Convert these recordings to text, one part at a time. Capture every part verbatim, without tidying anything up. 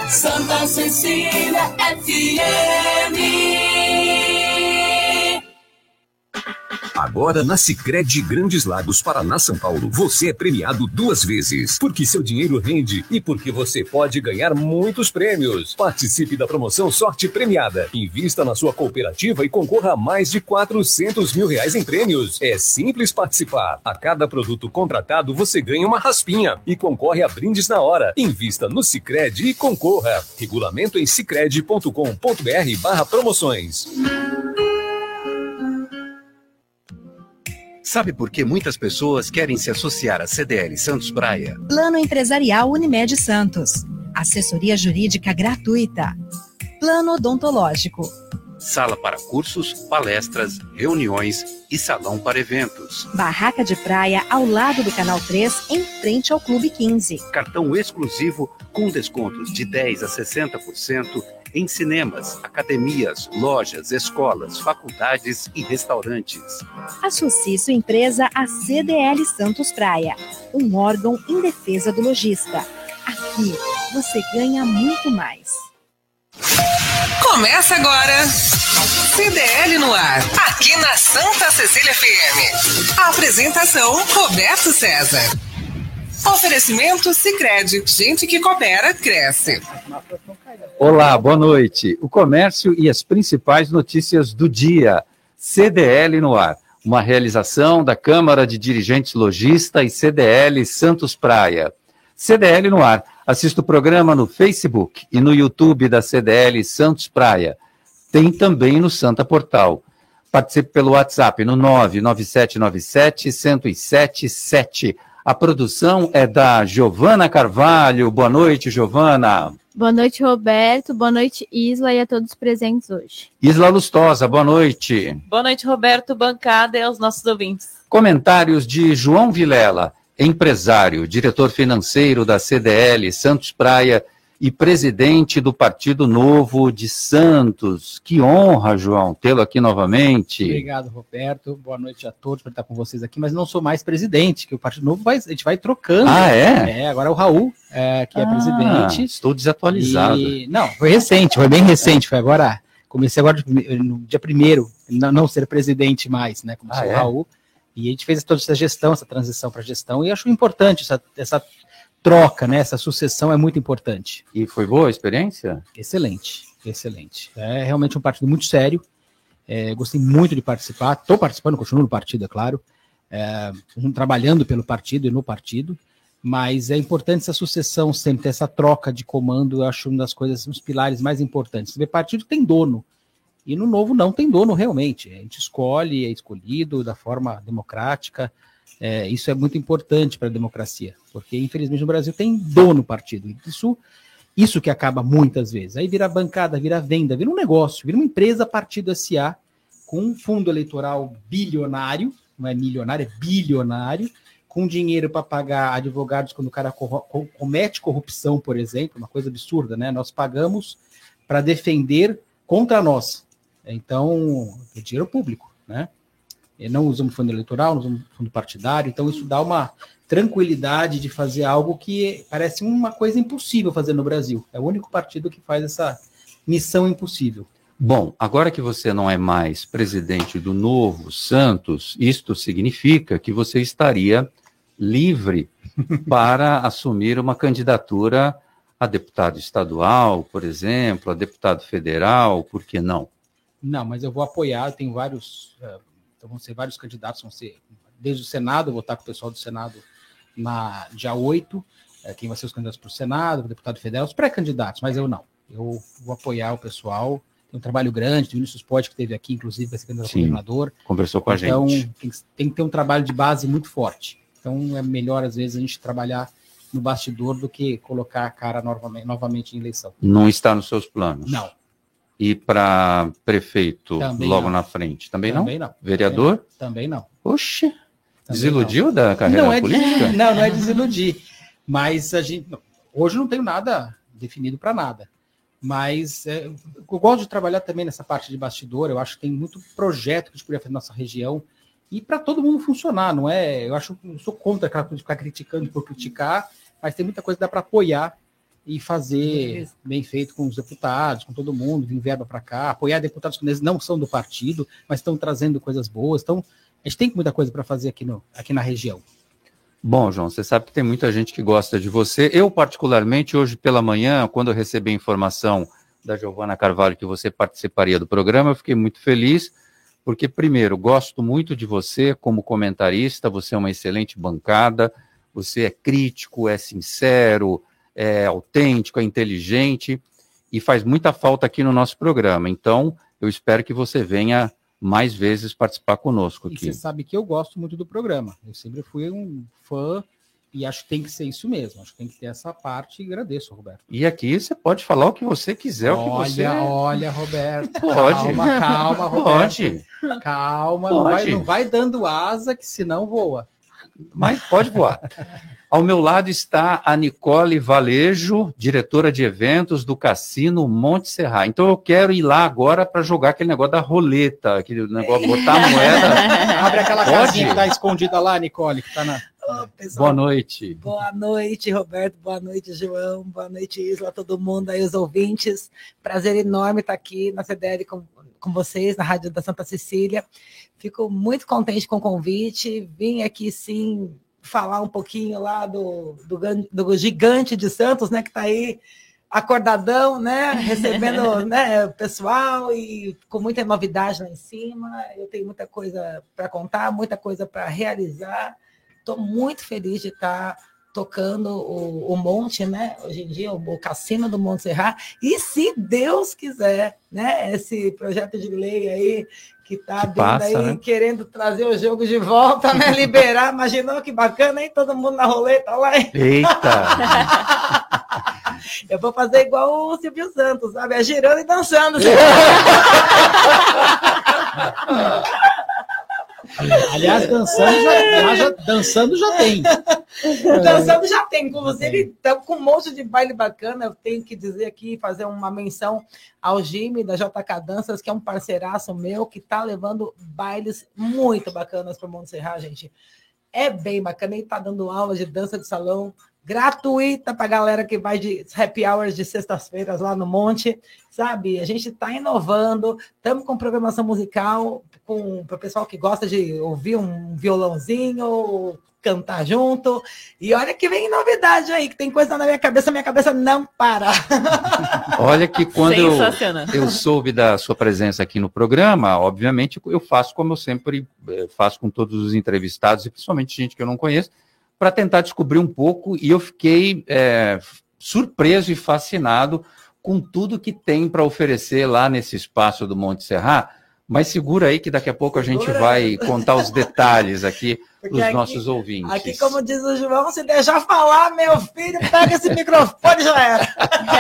Santa Cecília F M. Agora na Sicredi Grandes Lagos, Paraná, São Paulo, você é premiado duas vezes, porque seu dinheiro rende e porque você pode ganhar muitos prêmios. Participe da promoção Sorte Premiada. Invista na sua cooperativa e concorra a mais de quatrocentos mil reais em prêmios. É simples participar. A cada produto contratado, você ganha uma raspinha e concorre a brindes na hora. Invista no Sicredi e concorra. Regulamento em sicredi ponto com ponto br barra promoções. Sabe por que muitas pessoas querem se associar à C D L Santos Praia? Plano Empresarial Unimed Santos. Assessoria Jurídica gratuita. Plano Odontológico. Sala para cursos, palestras, reuniões e salão para eventos. Barraca de praia ao lado do Canal três, em frente ao Clube quinze. Cartão exclusivo com descontos de dez a sessenta por cento em cinemas, academias, lojas, escolas, faculdades e restaurantes. Associe sua empresa à C D L Santos Praia, um órgão em defesa do lojista. Aqui você ganha muito mais. Começa agora C D L no ar, aqui na Santa Cecília F M. A apresentação, Roberto César. Oferecimento Sicredi, gente que coopera, cresce. Olá, boa noite. O comércio e as principais notícias do dia. C D L no ar. Uma realização da Câmara de Dirigentes Logista e C D L Santos Praia. C D L no ar. Assista o programa no Facebook e no YouTube da C D L Santos Praia. Tem também no Santa Portal. Participe pelo WhatsApp no nove nove sete nove sete, um zero sete sete. A produção é da Giovana Carvalho. Boa noite, Giovana. Boa noite, Roberto. Boa noite, Isla, e a todos presentes hoje. Isla Lustosa, boa noite. Boa noite, Roberto, bancada e aos nossos ouvintes. Comentários de João Vilela, empresário, diretor financeiro da C D L Santos Praia e presidente do Partido Novo de Santos. Que honra, João, tê-lo aqui novamente. Obrigado, Roberto. Boa noite a todos por estar com vocês aqui, mas não sou mais presidente, que o Partido Novo vai, a gente vai trocando. Ah, é? É, agora é o Raul, é, que é ah, presidente. Estou desatualizado. E, não, foi recente, foi bem recente, foi agora, comecei agora no dia primeiro, não, não ser presidente mais, né, começou ah, o Raul, é? E a gente fez toda essa gestão, essa transição para gestão, e acho importante essa, essa troca, né? Essa sucessão é muito importante. E foi boa a experiência? Excelente, excelente. É realmente um partido muito sério. É, gostei muito de participar. Estou participando, continuo no partido, é claro. É, trabalhando pelo partido e no partido. Mas é importante essa sucessão sempre, ter essa troca de comando. Eu acho uma das coisas, um dos pilares mais importantes. Você vê, partido tem dono. E no Novo não tem dono realmente. A gente escolhe, é escolhido da forma democrática. É, isso é muito importante para a democracia, porque infelizmente no Brasil tem dono partido, isso, isso que acaba muitas vezes, aí vira bancada, vira venda, vira um negócio, vira uma empresa partido S A com um fundo eleitoral bilionário, não é milionário, é bilionário, com dinheiro para pagar advogados quando o cara corro- comete corrupção, por exemplo, uma coisa absurda, né? Nós pagamos para defender contra nós, então é dinheiro público, né? Não usamos fundo eleitoral, não usamos fundo partidário, então isso dá uma tranquilidade de fazer algo que parece uma coisa impossível fazer no Brasil. É o único partido que faz essa missão impossível. Bom, agora que você não é mais presidente do Novo Santos, isto significa que você estaria livre para assumir uma candidatura a deputado estadual, por exemplo, a deputado federal, por que não? Não, mas eu vou apoiar, eu tenho vários... Uh, Então vão ser vários candidatos, vão ser desde o Senado, eu vou estar com o pessoal do Senado na dia oito, é, quem vai ser os candidatos para o Senado, para o deputado federal, os pré-candidatos, mas eu não. Eu vou apoiar o pessoal, tem um trabalho grande, o Vinícius Pode, que esteve aqui, inclusive, vai ser candidato a governador. Conversou com então, a gente. Então, tem, tem que ter um trabalho de base muito forte. Então, é melhor, às vezes, a gente trabalhar no bastidor do que colocar a cara novamente, novamente em eleição. Não está nos seus planos? Não. E para prefeito também logo não. na frente? Também, também não? não? Vereador? Também não. Oxe, também desiludiu não. da carreira não é política? De, não, não é desiludir. Mas a gente, hoje não tenho nada definido para nada. Mas é, eu gosto de trabalhar também nessa parte de bastidor. Eu acho que tem muito projeto que a gente poderia fazer na nossa região. E para todo mundo funcionar, não é? Eu acho eu sou contra aquela coisa de ficar criticando por criticar, mas tem muita coisa que dá para apoiar e fazer Isso. bem feito com os deputados, com todo mundo, vir verba para cá, apoiar deputados que não são do partido, mas estão trazendo coisas boas. Então, a gente tem muita coisa para fazer aqui, no, aqui na região. Bom, João, você sabe que tem muita gente que gosta de você. Eu, particularmente, hoje pela manhã, quando eu recebi a informação da Giovana Carvalho que você participaria do programa, eu fiquei muito feliz, porque, primeiro, gosto muito de você como comentarista, você é uma excelente bancada, você é crítico, é sincero, é autêntico, é inteligente e faz muita falta aqui no nosso programa. Então, eu espero que você venha mais vezes participar conosco aqui. E você sabe que eu gosto muito do programa. Eu sempre fui um fã e acho que tem que ser isso mesmo. Acho que tem que ter essa parte e agradeço, Roberto. E aqui você pode falar o que você quiser, olha, o que você... Olha, Roberto. Pode. Calma, calma, Roberto. Pode. Calma, Pode. Não, vai, não vai dando asa que senão voa. Mas pode voar. Ao meu lado está a Nicole Valejo, diretora de eventos do Cassino Monte Serra. Então eu quero ir lá agora para jogar aquele negócio da roleta, aquele negócio, botar a moeda. Abre aquela Pode? casinha que está escondida lá, Nicole, que está na... Ô, pessoal, Boa noite. Boa noite, Roberto. Boa noite, João. Boa noite, Isla, todo mundo aí, os ouvintes. Prazer enorme estar aqui na C D L com, com vocês, na Rádio da Santa Cecília. Fico muito contente com o convite. Vim aqui, sim, falar um pouquinho lá do, do, do gigante de Santos, né, que está aí acordadão, né, recebendo né, o pessoal e com muita novidade lá em cima. Eu tenho muita coisa para contar, muita coisa para realizar. Estou muito feliz de estar tocando o, o Monte, né, hoje em dia, o, o Cassino do Monte Serra. E se Deus quiser, né, esse projeto de lei aí, que está vindo passa, aí, né? querendo trazer o jogo de volta, né? Liberar. Imaginou que bacana, hein? Todo mundo na roleta lá. Hein? Eita! Eu vou fazer igual o Silvio Santos, sabe? É girando e dançando. Aliás, dançando já, já, dançando já tem. Dançando já tem. Inclusive, estamos com um monte de baile bacana. Eu tenho que dizer aqui, fazer uma menção ao Jimmy da J K Danças, que é um parceiraço meu, que está levando bailes muito bacanas para o Monte Serra, gente. É bem bacana. Ele está dando aula de dança de salão gratuita para a galera que vai de happy hours de sextas-feiras lá no Monte, sabe? A gente está inovando, estamos com programação musical para o pessoal que gosta de ouvir um violãozinho, cantar junto. E olha que vem novidade aí, que tem coisa na minha cabeça, minha cabeça não para. Olha que quando eu, eu soube da sua presença aqui no programa, obviamente eu faço como eu sempre faço com todos os entrevistados, e principalmente gente que eu não conheço, para tentar descobrir um pouco, e eu fiquei é, surpreso e fascinado com tudo que tem para oferecer lá nesse espaço do Monte Serra. Mas segura aí que daqui a pouco a gente segura. vai contar os detalhes aqui para os nossos ouvintes. Aqui, como diz o João, se deixar falar, meu filho, pega esse microfone e já era.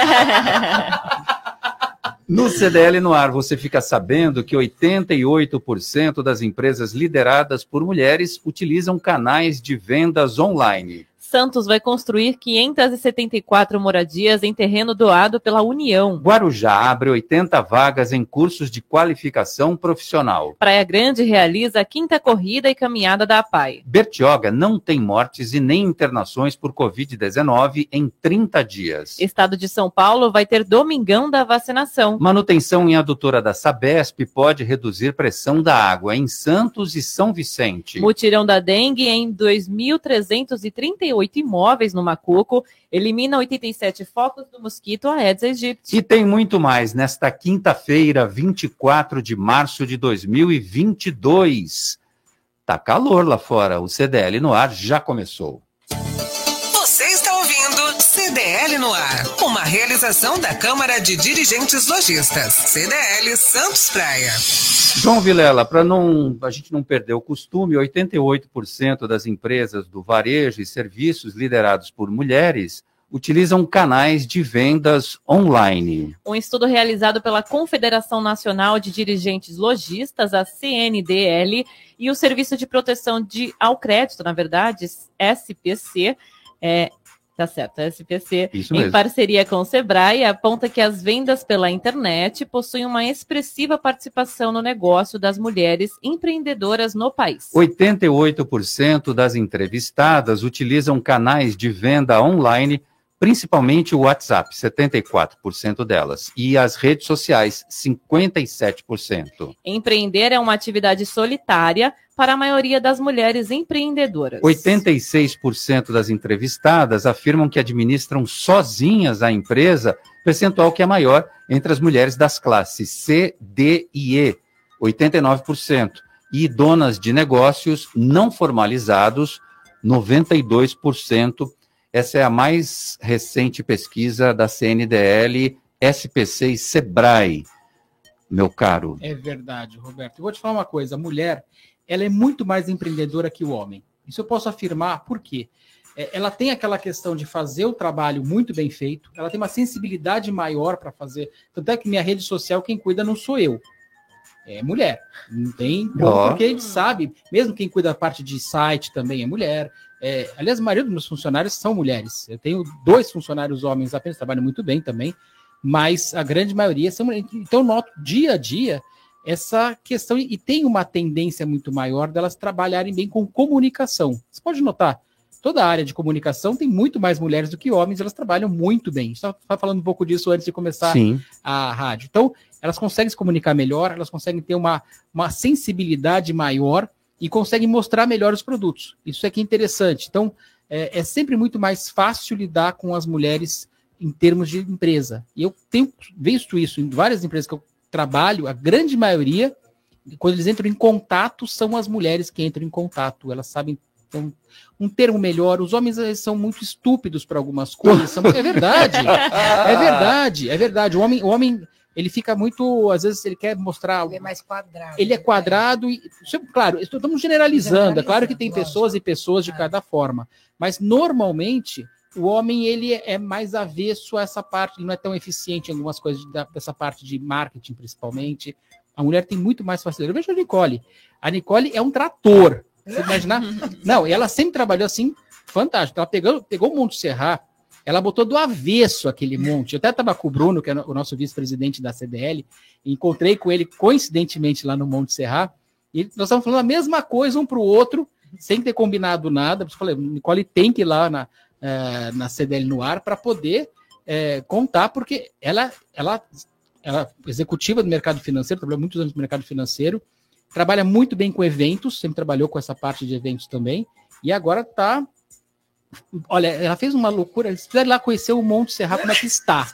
No C D L no ar, você fica sabendo que oitenta e oito por cento das empresas lideradas por mulheres utilizam canais de vendas online. Santos vai construir quinhentas e setenta e quatro moradias em terreno doado pela União. Guarujá abre oitenta vagas em cursos de qualificação profissional. Praia Grande realiza a quinta corrida e caminhada da A P A I. Bertioga não tem mortes e nem internações por covid dezenove em trinta dias. Estado de São Paulo vai ter domingão da vacinação. Manutenção em adutora da Sabesp pode reduzir pressão da água em Santos e São Vicente. Mutirão da dengue em dois mil trezentos e trinta e oito imóveis no Macuco, elimina oitenta e sete focos do mosquito Aedes aegypti. E tem muito mais nesta quinta-feira, vinte e quatro de março de dois mil e vinte e dois. Tá calor lá fora, o C D L no ar já começou. Você está ouvindo C D L no ar, uma realização da Câmara de Dirigentes Lojistas, C D L Santos Praia. João Vilela, para não, a gente não perder o costume, oitenta e oito por cento das empresas do varejo e serviços liderados por mulheres utilizam canais de vendas online. Um estudo realizado pela Confederação Nacional de Dirigentes Lojistas, a C N D L, e o Serviço de Proteção de, ao Crédito, na verdade, S P C, é, tá certo, S P C, em parceria com o Sebrae, aponta que as vendas pela internet possuem uma expressiva participação no negócio das mulheres empreendedoras no país. oitenta e oito por cento das entrevistadas utilizam canais de venda online principalmente o WhatsApp, setenta e quatro por cento delas, e as redes sociais, cinquenta e sete por cento. Empreender é uma atividade solitária para a maioria das mulheres empreendedoras. oitenta e seis por cento das entrevistadas afirmam que administram sozinhas a empresa, percentual que é maior entre as mulheres das classes C, D e E, oitenta e nove por cento. E donas de negócios não formalizados, noventa e dois por cento. Essa é a mais recente pesquisa da C N D L, S P C e Sebrae, meu caro. É verdade, Roberto. Eu vou te falar uma coisa, a mulher, ela é muito mais empreendedora que o homem. Isso eu posso afirmar, por quê? É, ela tem aquela questão de fazer o trabalho muito bem feito, ela tem uma sensibilidade maior para fazer, tanto é que minha rede social, quem cuida não sou eu, é mulher. Não tem como, oh. porque a gente sabe, mesmo quem cuida da parte de site também é mulher. É, aliás, a maioria dos meus funcionários são mulheres. Eu tenho dois funcionários homens apenas, trabalham muito bem também, mas a grande maioria são mulheres. Então, eu noto dia a dia essa questão, e tem uma tendência muito maior delas trabalharem bem com comunicação. Você pode notar, toda a área de comunicação tem muito mais mulheres do que homens, elas trabalham muito bem. A gente estava falando um pouco disso antes de começar Sim. a rádio. Então, elas conseguem se comunicar melhor, elas conseguem ter uma, uma sensibilidade maior e conseguem mostrar melhor os produtos. Isso é que é interessante. Então, é, é sempre muito mais fácil lidar com as mulheres em termos de empresa. E eu tenho visto isso em várias empresas que eu trabalho, a grande maioria, quando eles entram em contato, são as mulheres que entram em contato. Elas sabem então, um termo melhor. Os homens eles são muito estúpidos para algumas coisas. São... É verdade. É verdade. É verdade. O homem... O homem ele fica muito, às vezes ele quer mostrar... Ele é mais quadrado. Ele é quadrado, e, claro, estamos generalizando, generalizando, é claro que tem lógico. pessoas e pessoas de é. cada forma, mas normalmente o homem ele é mais avesso a essa parte, ele não é tão eficiente em algumas coisas da, dessa parte de marketing principalmente, a mulher tem muito mais facilidade. Eu vejo a Nicole, a Nicole é um trator, você imaginar? Não, ela sempre trabalhou assim, fantástico, ela pegou, pegou o Monte Serra, ela botou do avesso aquele monte. Eu até estava com o Bruno, que é o nosso vice-presidente da C D L, e encontrei com ele coincidentemente lá no Monte Serra, e nós estávamos falando a mesma coisa um para o outro, sem ter combinado nada. Eu falei, Nicole tem que ir lá na, uh, na C D L no ar para poder uh, contar, porque ela, ela, ela é executiva do mercado financeiro, trabalhou muitos anos no mercado financeiro, trabalha muito bem com eventos, sempre trabalhou com essa parte de eventos também, e agora está... Olha, ela fez uma loucura. Se quiser ir lá conhecer o Monte Serra, como é que está?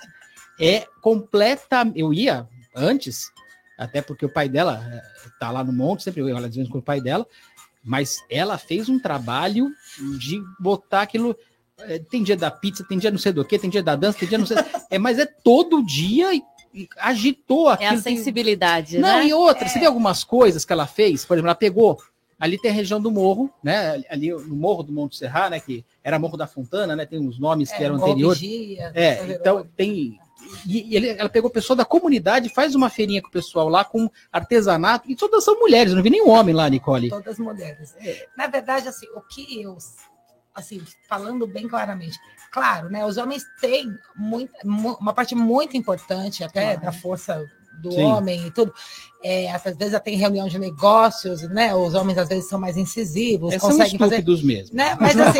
É completa. Eu ia antes, até porque o pai dela está lá no monte, sempre eu ia lá de vez com o pai dela, mas ela fez um trabalho de botar aquilo. Tem dia da pizza, tem dia não sei do que, tem dia da dança, tem dia não sei. É, mas é todo dia e, e agitou aquilo. É a sensibilidade, não, né? E outra, é. você vê algumas coisas que ela fez, por exemplo, ela pegou. Ali tem a região do morro, né? Ali no morro do Monte Serra, né? Que era Morro da Fontana, né? Tem uns nomes é, que eram anteriores. Vigia, é, então tem. E, e ele, ela pegou o pessoal da comunidade, faz uma feirinha com o pessoal lá com artesanato, e todas são mulheres, eu não vi nenhum homem lá, Nicole. Todas mulheres. É. Na verdade, assim, o que eu, assim, falando bem claramente, claro, né? Os homens têm muito, uma parte muito importante até da força do Sim. homem e tudo. É, às vezes tem reunião de negócios, né? Os homens às vezes são mais incisivos, é, conseguem são estúpidos fazer... mesmo. Né? Mas assim,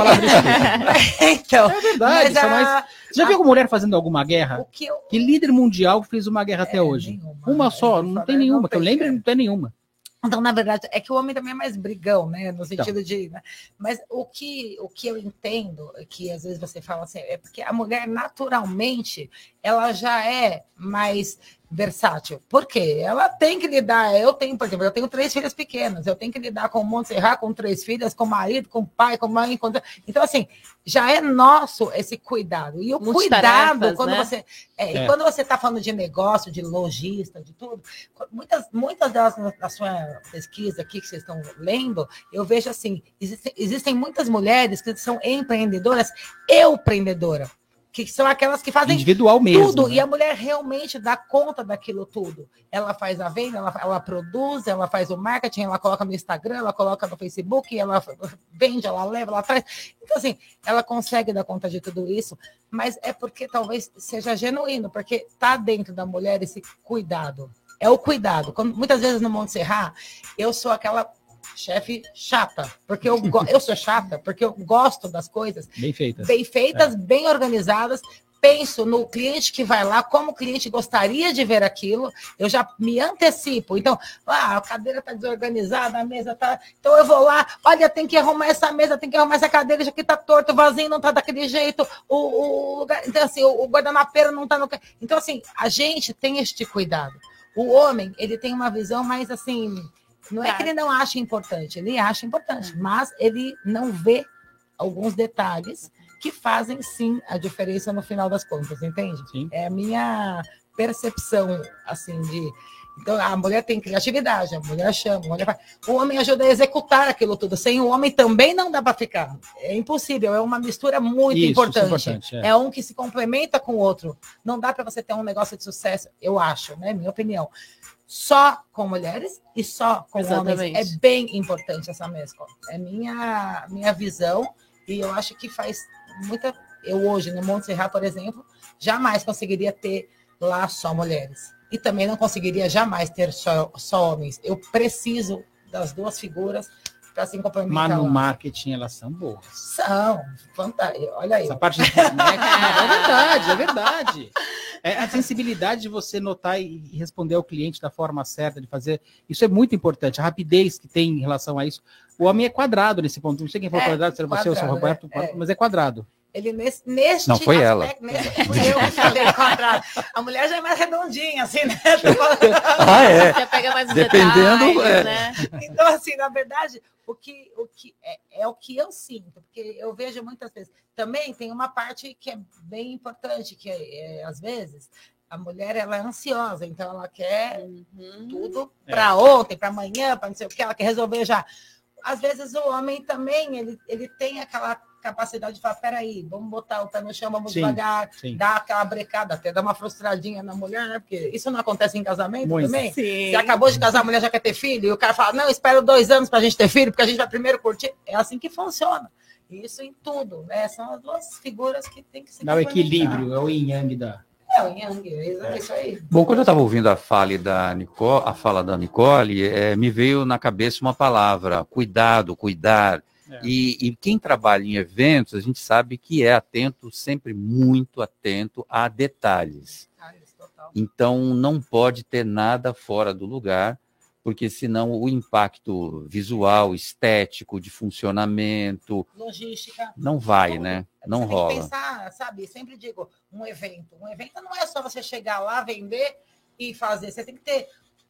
então, é verdade. Mas a... mais... Já viu alguma mulher fazendo alguma guerra? O que, eu... que líder mundial fez uma guerra é, até hoje? Nenhuma, uma só, não, não tem nenhuma. Não que eu lembro, não tem nenhuma. Então, na verdade, é que o homem também é mais brigão, né? No sentido então. de... Né? Mas o que, o que eu entendo, que às vezes você fala assim, é porque a mulher, naturalmente, ela já é mais versátil. Por quê? Ela tem que lidar... Eu tenho, por exemplo, eu tenho três filhas pequenas. Eu tenho que lidar com o Monte Serra, com três filhas, com o marido, com o pai, com a mãe. Com... Então, assim, já é nosso esse cuidado. E o Muitas cuidado, tarefas, quando né? você... É, é. E quando você está falando de negócio, de lojista, de tudo, muitas, muitas delas na sua pesquisa aqui que vocês estão lendo, eu vejo assim, existem, existem muitas mulheres que são empreendedoras, eu empreendedora, que são aquelas que fazem individual mesmo, tudo, né? E a mulher realmente dá conta daquilo tudo. Ela faz a venda, ela, ela produz, ela faz o marketing, ela coloca no Instagram, ela coloca no Facebook, ela vende, ela leva, ela traz. Então, assim, ela consegue dar conta de tudo isso, mas é porque talvez seja genuíno, porque está dentro da mulher esse cuidado. É o cuidado. Quando, muitas vezes no Monte Serra, eu sou aquela chefe chata, porque eu, go- eu sou chata, porque eu gosto das coisas Bem feitas. bem feitas, É. bem organizadas. Penso no cliente que vai lá, como o cliente gostaria de ver aquilo, eu já me antecipo. Então, ah, a cadeira está desorganizada, a mesa está. Então, eu vou lá, olha, tem que arrumar essa mesa, tem que arrumar essa cadeira, isso aqui está torto, o vasinho não está daquele jeito, o, o lugar. Então, assim, o, o guardanapeiro não está no. Então, assim, a gente tem este cuidado. O homem, ele tem uma visão mais assim. Não é que ele não acha importante, ele acha importante, mas ele não vê alguns detalhes que fazem, sim, a diferença no final das contas, entende? Sim. É a minha percepção, assim, de... Então, a mulher tem criatividade, a mulher chama, a mulher faz... O homem ajuda a executar aquilo tudo. Sem o homem também não dá para ficar. É impossível, é uma mistura muito Isso, importante. isso é importante, é. É um que se complementa com o outro. Não dá para você ter um negócio de sucesso, eu acho, né? Minha opinião. Só com mulheres e só com Exatamente. homens. É bem importante essa mescla. É minha, minha visão e eu acho que faz muita... Eu hoje, no Monte Serra, por exemplo, jamais conseguiria ter lá só mulheres. E também não conseguiria jamais ter só, só homens. Eu preciso das duas figuras para se complementar. Mas no lá. marketing elas são boas. São, fantásticas. Olha aí. Essa parte de internet, é verdade, é verdade. É a sensibilidade de você notar e responder ao cliente da forma certa de fazer. Isso é muito importante. A rapidez que tem em relação a isso. O homem é quadrado nesse ponto. Não sei quem foi É, quadrado, se era você ou se quadrado, Roberto, é, é. mas é quadrado. Ele nesse, neste Não, foi ela. nesse, fui eu que falei quadrado. A mulher já é mais redondinha, assim, né? Ah, é. Já pega mais os Dependendo, detalhes, é. né? Então, assim, na verdade, o que, o que é, é o que eu sinto, porque eu vejo muitas vezes. Também tem uma parte que é bem importante, que é, é, às vezes a mulher ela é ansiosa, então ela quer Uhum. tudo para ontem, para amanhã, para não sei o que, ela quer resolver já. Às vezes o homem também, ele, ele tem aquela capacidade de falar, peraí, vamos botar o pé no chão, vamos Sim, devagar, sim. dar aquela brecada, até dar uma frustradinha na mulher, né? Porque isso não acontece em casamento Muito. também. Sim. Você acabou de casar, a mulher já quer ter filho, e o cara fala, não, espera dois anos para a gente ter filho, porque a gente vai primeiro curtir. É assim que funciona. Isso em tudo, né? São as duas figuras que tem que se Dá o complementar. equilíbrio, é o yin yang da. É o yang, é isso aí. Bom, quando eu estava ouvindo a fala da Nicole, a fala da Nicole, eh, me veio na cabeça uma palavra: cuidado, cuidar. É. E, e quem trabalha em eventos, a gente sabe que é atento, sempre muito atento a detalhes. Ah, isso, total. Então, não pode ter nada fora do lugar, porque senão o impacto visual, estético, de funcionamento, Logística. não vai, Tudo. né? Você Não tem que rola. pensar, sabe? Sempre digo, um evento. Um evento não é só você chegar lá, vender e fazer. Você tem que ter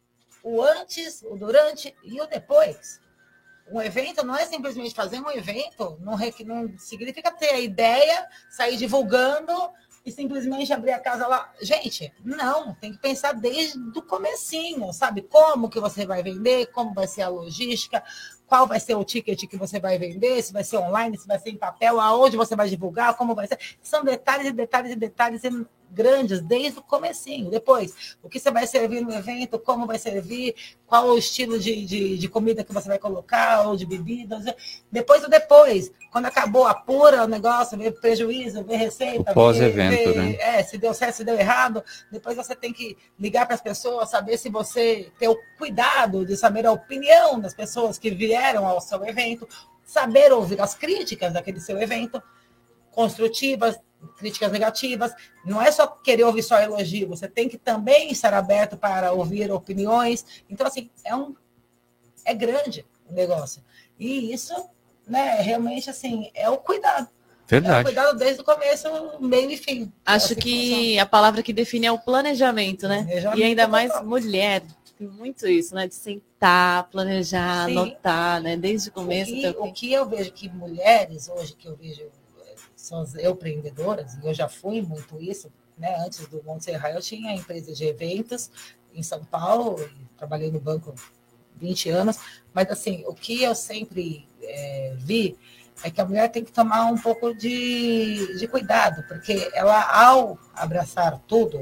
o antes, o durante e o depois. Um evento não é simplesmente fazer um evento, não, re- não significa ter a ideia, sair divulgando e simplesmente abrir a casa lá. Gente, não, tem que pensar desde o comecinho, sabe? Como que você vai vender, como vai ser a logística, qual vai ser o ticket que você vai vender, se vai ser online, se vai ser em papel, aonde você vai divulgar, como vai ser. São detalhes e detalhes e detalhes grandes desde o comecinho. Depois, o que você vai servir no evento, como vai servir, qual o estilo de, de, de comida que você vai colocar, ou de bebidas. Depois do depois, quando acabou, apura o negócio, vê prejuízo, vê receita. O pós-evento, vê- né? É, se deu certo, se deu errado. Depois você tem que ligar para as pessoas, saber se você tem o cuidado de saber a opinião das pessoas que vieram ao seu evento, saber ouvir as críticas daquele seu evento, construtivas, críticas negativas. Não é só querer ouvir só elogio, você tem que também estar aberto para ouvir opiniões. Então, assim, é um é grande o negócio. E isso, né, realmente, assim, é o cuidado. É o Verdade. cuidado desde o começo, meio e fim. Acho É assim que a palavra que define é o planejamento, né? Planejamento E ainda mais total. mulher. Tem muito isso, né? De sentar, planejar, Sim. anotar, né? Desde o começo O que, até o o fim. que eu vejo que mulheres hoje, que eu vejo, eh, são as empreendedoras, e eu já fui muito isso, né? Antes do Monte Serra, eu tinha empresa de eventos em São Paulo, e trabalhei no banco vinte anos, mas assim, o que eu sempre eh, vi é que a mulher tem que tomar um pouco de, de cuidado, porque ela, ao abraçar tudo,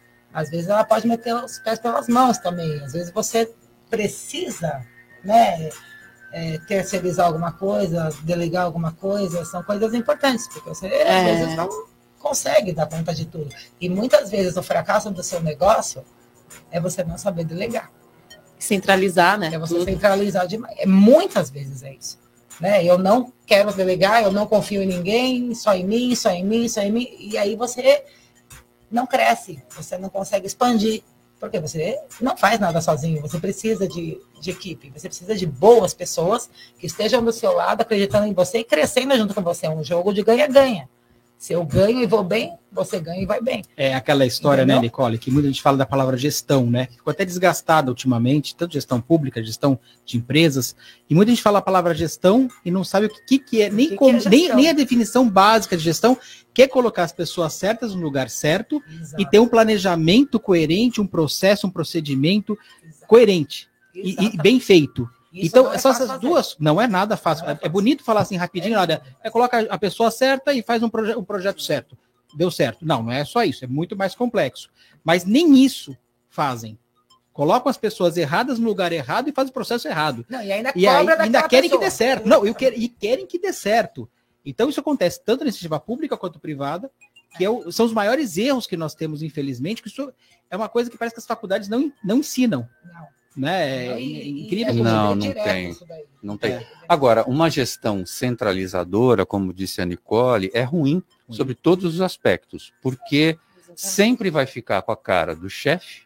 às vezes ela pode meter os pés pelas mãos também. Às vezes você precisa, né, é, terceirizar alguma coisa, delegar alguma coisa, são coisas importantes, porque você É. às vezes não consegue dar conta de tudo. E muitas vezes o fracasso do seu negócio é você não saber delegar. Centralizar, né? É você centralizar demais. É, muitas vezes é isso. Né? Eu não quero delegar, eu não confio em ninguém, só em mim, só em mim, só em mim. E aí você não cresce, você não consegue expandir. Porque você não faz nada sozinho, você precisa de, de equipe, você precisa de boas pessoas que estejam do seu lado, acreditando em você e crescendo junto com você. É um jogo de ganha-ganha. Se eu ganho e vou bem, você ganha e vai bem. É aquela história, Entendeu? né, Nicole, que muita gente fala da palavra gestão, né? Ficou até desgastada ultimamente, tanto gestão pública, gestão de empresas, e muita gente fala a palavra gestão e não sabe o que, que é, nem, que como, que é nem, gestão? nem a definição básica de gestão, que é colocar as pessoas certas no lugar certo. Exato. E ter um planejamento coerente, um processo, um procedimento Exato. coerente e, e Exatamente. bem feito. Isso Então, não é são fácil essas fazer. duas, não é nada fácil. Não é É, fácil. bonito falar assim rapidinho, É. olha, é, coloca a pessoa certa e faz um, proje um projeto certo. Deu certo. Não, não é só isso, é muito mais complexo. Mas nem isso fazem. Colocam as pessoas erradas no lugar errado e fazem o processo errado. Não, e ainda, E aí, cobra ainda daquela querem pessoa. que dê certo. Não, eu quero, e querem que dê certo. Então, isso acontece tanto na iniciativa pública quanto privada, que é o, são os maiores erros que nós temos, infelizmente, que isso é uma coisa que parece que as faculdades não, não ensinam. Não. Né? É, Não, é e- incrível. e a como- gente Não, vê não direto tem. isso daí. Não tem. É. Agora, uma gestão centralizadora, como disse a Nicole, é ruim sobre todos os aspectos, porque sempre vai ficar com a cara do chefe,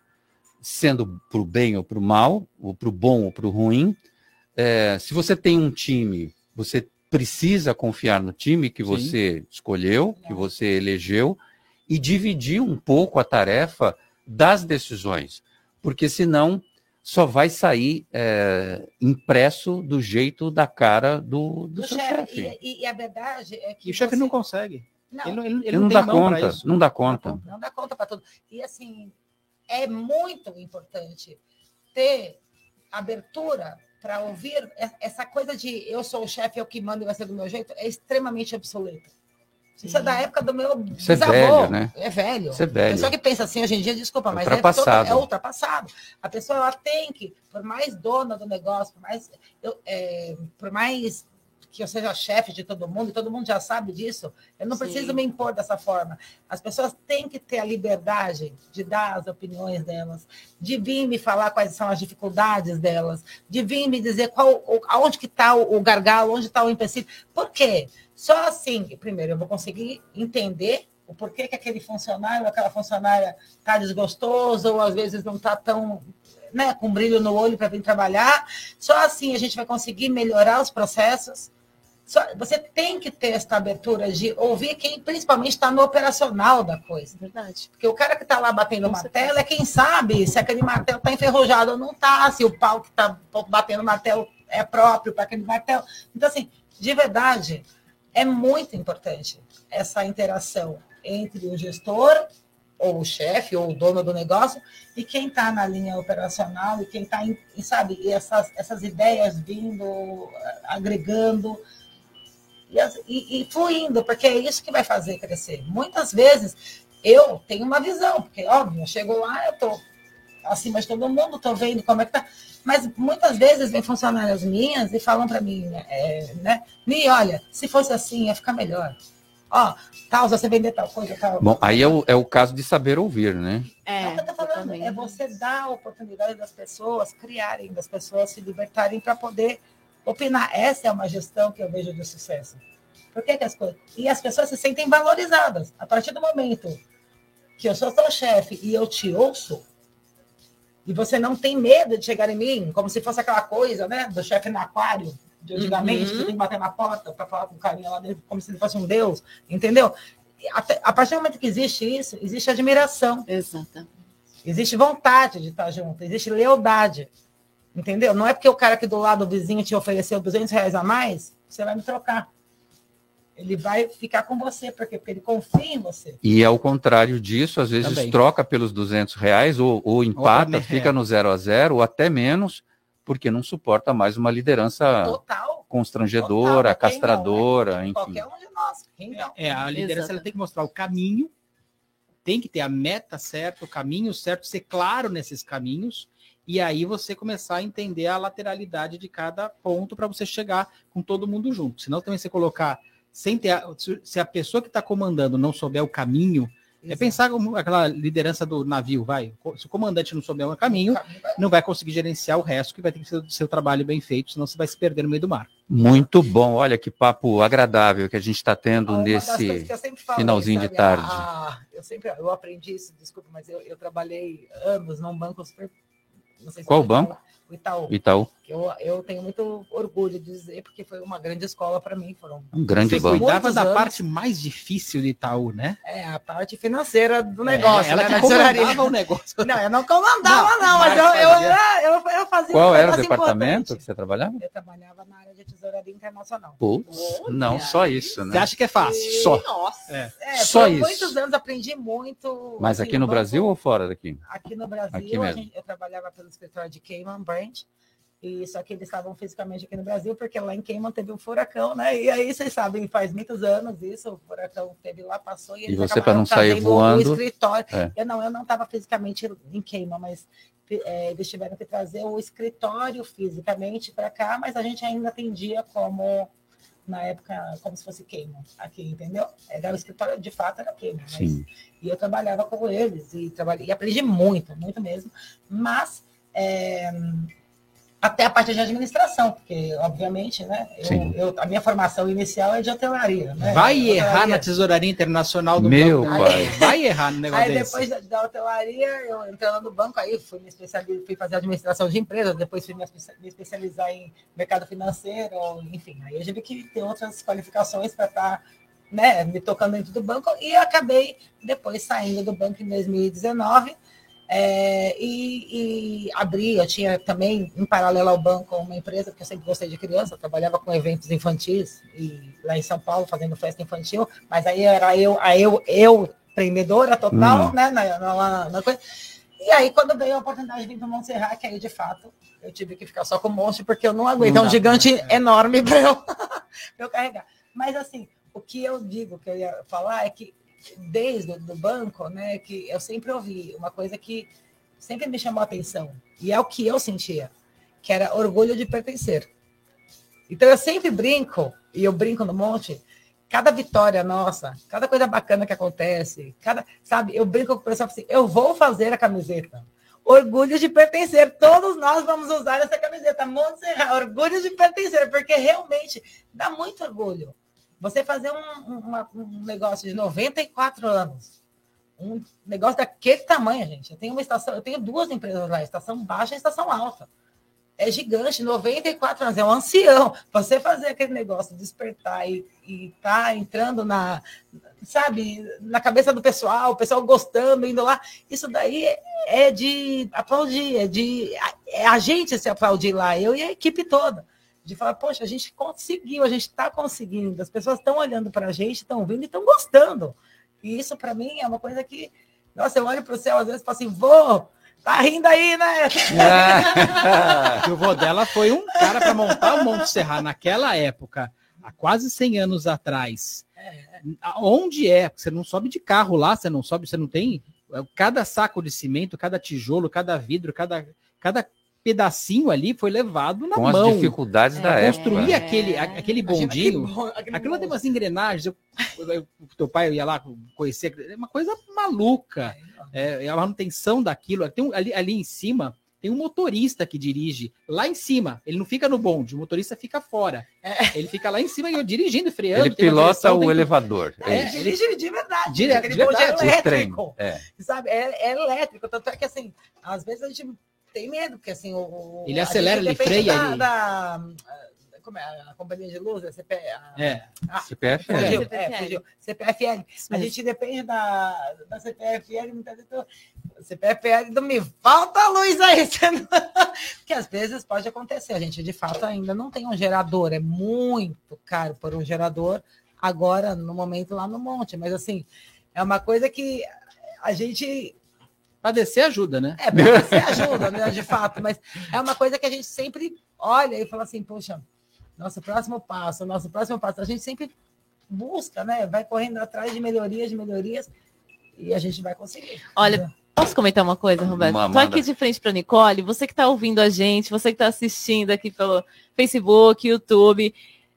sendo para o bem ou para o mal, ou para o bom ou para o ruim. É, se você tem um time, você precisa confiar no time que Sim. você escolheu, que você elegeu, e dividir um pouco a tarefa das decisões, porque senão só vai sair é, impresso do jeito da cara do, do Do seu chefe. chefe. E, e a verdade é que E o chefe você- não consegue. Não, Ele, não- ele, ele Ele não, não tem dá mão pra conta, isso. não dá conta. Não dá conta para tudo. E assim, é muito importante ter abertura para ouvir essa coisa de eu sou o chefe, eu que mando e vai ser do meu jeito, é extremamente obsoleto. Isso é da época do meu Isso é bisavô. velho, né? É velho. Isso é velho. A pessoa que pensa assim hoje em dia, desculpa, É mas é, todo- ultrapassado. é ultrapassado. A pessoa ela tem que, por mais dona do negócio, por mais, eu, é, por mais que eu seja chefe de todo mundo, e todo mundo já sabe disso, eu não Sim. preciso me impor dessa forma. As pessoas têm que ter a liberdade de dar as opiniões delas, de vir me falar quais são as dificuldades delas, de vir me dizer qual, o- aonde que está o, o gargalo, onde está o empecilho. Por quê? Só assim, primeiro, eu vou conseguir entender o porquê que aquele funcionário ou aquela funcionária está desgostoso, ou às vezes não está tão, né, com brilho no olho para vir trabalhar. Só assim a gente vai conseguir melhorar os processos. Só, você tem que ter essa abertura de ouvir quem principalmente está no operacional da coisa. Verdade. Porque o cara que está lá batendo Com martelo certeza. é quem sabe se aquele martelo está enferrujado ou não está, se o pau que está batendo martelo é próprio para aquele martelo. Então, assim, de verdade, é muito importante essa interação entre o gestor, ou o chefe, ou o dono do negócio, e quem está na linha operacional, e quem está, sabe, e essas, essas ideias vindo, agregando, e, as- e, e fluindo, porque é isso que vai fazer crescer. Muitas vezes eu tenho uma visão, porque, óbvio, eu chego lá, eu estou acima de todo mundo, estou vendo como é que está. Mas muitas vezes vem funcionárias minhas e falam para mim, é, né? Mi, olha, se fosse assim, ia ficar melhor. Ó, tal, se você vender tal coisa, tal. Bom, aí é o, é o caso de saber ouvir, né? É, o que eu tô falando, exatamente. é você dar a oportunidade das pessoas criarem, das pessoas se libertarem para poder opinar. Essa é uma gestão que eu vejo de sucesso. Por que, que as coisas... E as pessoas se sentem valorizadas. A partir do momento que eu sou seu chefe e eu te ouço, e você não tem medo de chegar em mim, como se fosse aquela coisa, né, do chefe no aquário, de antigamente, Uhum. que você tem que bater na porta para falar com o carinha lá dentro, como se ele fosse um deus, entendeu? E até- a partir do momento que existe isso, existe admiração. Exatamente. Existe vontade de estar junto, existe lealdade, entendeu? Não é porque o cara aqui do lado, o vizinho, te ofereceu duzentos reais a mais, você vai me trocar. Ele vai ficar com você, por quê? Porque ele confia em você. E ao contrário disso, às vezes Também. troca pelos duzentos reais, ou, ou empata, Outra- fica no zero a zero, ou até menos, porque não suporta mais uma liderança Total. constrangedora, Total, quem não, castradora, né? enfim. Qualquer um de nós. Quem não? É, a liderança Exato. ela tem que mostrar o caminho, tem que ter a meta certa, o caminho certo, ser claro nesses caminhos, e aí você começar a entender a lateralidade de cada ponto para você chegar com todo mundo junto. Senão também você colocar, sem ter a, se a pessoa que está comandando não souber o caminho, É pensar como aquela liderança do navio, vai. Se o comandante não souber o caminho, não vai conseguir gerenciar o resto, que vai ter que ser o seu trabalho bem feito, senão você vai se perder no meio do mar. Muito bom, olha que papo agradável que a gente está tendo Uma nesse falei, finalzinho sabe, de tarde. a- eu sempre eu aprendi isso, desculpa, mas eu, eu trabalhei anos num banco super. Não sei se Qual você banco? fala, o Itaú. Itaú. Que Eu, eu tenho muito orgulho de dizer, porque foi uma grande escola para mim. Foram Um grande Você banco. cuidava muitos da anos. parte mais difícil de Itaú, né? É, a parte financeira do negócio. É, ela né, que na tesouraria. comandava o negócio. Não, eu não comandava, Não, não, mas eu, mas eu, fazia. era, eu, eu fazia Qual um era o negócio departamento importante. que você trabalhava? Eu trabalhava na área de tesouraria internacional. Putz, não, só isso, Você né? acha que é fácil? E- Só. Nossa. É. É, Só foram isso. muitos anos, aprendi muito. Mas assim, aqui o no banco- Brasil ou fora daqui? Aqui no Brasil, Aqui a mesmo. gente- eu trabalhava pelo escritório de Cayman Branch, e só que eles estavam fisicamente aqui no Brasil, porque lá em Cayman teve um furacão, né? E aí, vocês sabem, faz muitos anos isso, o furacão teve lá, passou, e E eles você, acabaram para não sair trazendo o voando, escritório. é. Eu não, eu não estava fisicamente em Cayman, mas é, eles tiveram que trazer o escritório fisicamente para cá, mas a gente ainda atendia como, na época, como se fosse Cayman, aqui, entendeu? Era o escritório, de fato, era Cayman. Mas, Sim. e eu trabalhava com eles, e, trabalhei, e aprendi muito, muito mesmo, mas é, até a parte de administração, porque, obviamente, né, Sim. eu, eu, a minha formação inicial é de hotelaria. Né? Vai Hotelaria. errar na tesouraria internacional do Meu banco. pai. Vai errar no negócio Aí desse. depois da, da hotelaria, eu entrando no banco, aí fui me especializar, fui fazer administração de empresas, depois fui me espe- me especializar em mercado financeiro, enfim. Aí eu tive que ter outras qualificações para estar, né, me tocando dentro do banco, e eu acabei depois saindo do banco em dois mil e dezenove. É, e, e abri, eu tinha também, em paralelo ao banco, uma empresa, porque eu sempre gostei de criança, eu trabalhava com eventos infantis, e lá em São Paulo, fazendo festa infantil, mas aí era eu, a eu, eu empreendedora total, Hum. né, na, na, na coisa. E aí, quando veio a oportunidade de vir para o Montserrat, que aí, de fato, eu tive que ficar só com o monstro, porque eu não aguento, Não é um dá, gigante é. enorme para eu, pra eu carregar. Mas, assim, o que eu digo, que eu ia falar, é que desde o banco, né, que eu sempre ouvi uma coisa que sempre me chamou a atenção, e é o que eu sentia, que era orgulho de pertencer. Então eu sempre brinco, e eu brinco no monte, cada vitória nossa, cada coisa bacana que acontece, cada, sabe, eu brinco com o pessoal assim, eu vou fazer a camiseta. Orgulho de pertencer, todos nós vamos usar essa camiseta, Montserrat, orgulho de pertencer, porque realmente dá muito orgulho. Você fazer um, uma, um negócio de noventa e quatro anos, um negócio daquele tamanho, gente. Eu tenho uma estação, eu tenho duas empresas lá, estação baixa e estação alta. É gigante, noventa e quatro anos, é um ancião. Você fazer aquele negócio, despertar e, e tá entrando na, sabe, na cabeça do pessoal, o pessoal gostando, indo lá, isso daí é de aplaudir, é de é a gente se aplaudir lá, eu e a equipe toda. De falar, poxa, a gente conseguiu, a gente está conseguindo, as pessoas estão olhando para a gente, estão vindo e estão gostando. E isso, para mim, é uma coisa que, nossa, eu olho para o céu, às vezes, e falo assim, vô, tá rindo aí, né? O vô dela foi um cara para montar o Monte Serra naquela época, há quase cem anos atrás. Onde é? Você não sobe de carro lá, você não sobe, você não tem... Cada saco de cimento, cada tijolo, cada vidro, cada... cada pedacinho ali foi levado na Com mão. as dificuldades É, da época. Construir aquele, a- aquele Imagina bondinho, que bom, aquele aquilo tem monstro. umas engrenagens. Eu, eu- o teu pai ia lá conhecer, é uma coisa maluca. É, é a manutenção daquilo. Tem um- ali, ali em cima tem um motorista que dirige lá em cima. Ele não fica no bonde, o motorista fica fora. Ele fica lá em cima e eu dirigindo, freando. Ele tem uma pilota direção, o tem tudo. elevador. É É, isso. ele dirige de verdade. Direto, aquele de bonde é verdade. O trem. elétrico. É. Sabe? É, é elétrico. Tanto é que, assim, às vezes a gente tem medo, porque, assim, o... Ele a acelera, gente ele depende freia, da, ele- da- como é? A companhia de luz, a C P... a- É. a- C P F Fugiu, L. C P F L. é, fugiu. C P F L. A gente depende da, da C P F L, muitas vezes eu- C P F L não me falta a luz aí. Você não- que às vezes pode acontecer. A gente, de fato, ainda não tem um gerador. É muito caro por um gerador agora, no momento, lá no monte. Mas, assim, é uma coisa que a gente... Para descer ajuda, né? É, para você ajuda, né, de fato, mas é uma coisa que a gente sempre olha e fala assim, poxa, nosso próximo passo, nosso próximo passo, a gente sempre busca, né? Vai correndo atrás de melhorias, de melhorias, e a gente vai conseguir. Olha, posso comentar uma coisa, Roberto? Uma- Tô manda. aqui de frente para Nicole, você que está ouvindo a gente, você que está assistindo aqui pelo Facebook, YouTube,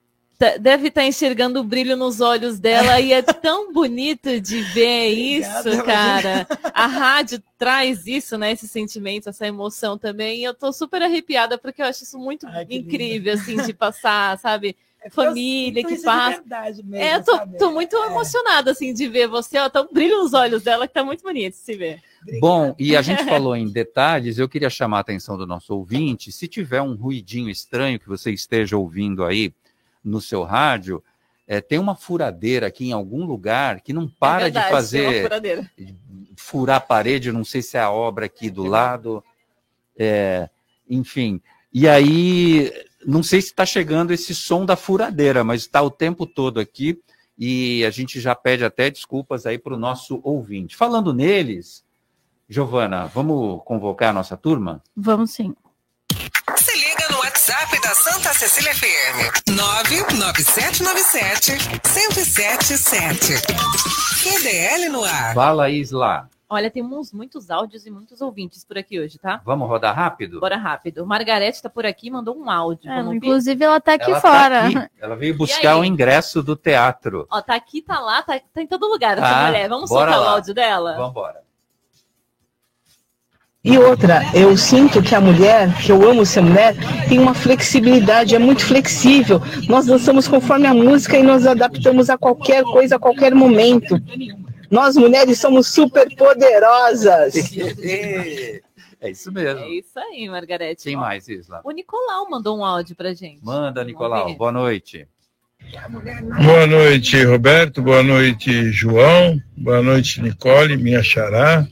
tá, deve estar enxergando o brilho nos olhos dela e é tão bonito de ver isso, Obrigada, cara. A rádio traz isso, né? Esse sentimento, essa emoção também. E eu tô super arrepiada porque eu acho isso muito Ai, que incrível, assim, de passar, sabe? É porque eu Família sinto que isso de passa. verdade mesmo, É, eu tô, sabe? tô muito É. emocionada, assim, de ver você. Ó, tá um brilho nos olhos dela que tá muito bonito de se ver. Bom, e a gente falou em detalhes, eu queria chamar a atenção do nosso ouvinte, se tiver um ruidinho estranho que você esteja ouvindo aí no seu rádio, é, tem uma furadeira aqui em algum lugar que não para é verdade, de fazer, tem uma furadeira. furar a parede, eu não sei se é a obra aqui do lado, é, enfim, e aí, não sei se está chegando esse som da furadeira, mas está o tempo todo aqui, e a gente já pede até desculpas aí para o nosso ouvinte. Falando neles, Giovana, vamos convocar a nossa turma? Vamos sim. Se liga no WhatsApp da Santa Cecília F M. nove nove sete nove sete, um zero sete sete. C D L no ar. Fala, Isla. Olha, temos muitos áudios e muitos ouvintes por aqui hoje, tá? Vamos rodar rápido? Bora rápido. Margarete tá por aqui, mandou um áudio. É, Vamos ouvir? inclusive, ela tá aqui Ela fora. tá aqui. Ela veio buscar o ingresso do teatro. Ó, tá aqui, tá lá, tá, tá em todo lugar essa Ah, mulher. Vamos bora soltar lá. o áudio dela? Vamos embora. E outra, eu sinto que a mulher, que eu amo ser mulher, tem uma flexibilidade, é muito flexível. Nós dançamos conforme a música e nos adaptamos a qualquer coisa, a qualquer momento. Nós mulheres somos super poderosas. É isso mesmo. É isso aí, Margarete. Quem Ó, mais, Isla? O Nicolau mandou um áudio pra gente. Manda, Vamos Nicolau. ver. Boa noite. Boa noite, Roberto. Boa noite, João. Boa noite, Nicole, minha xará.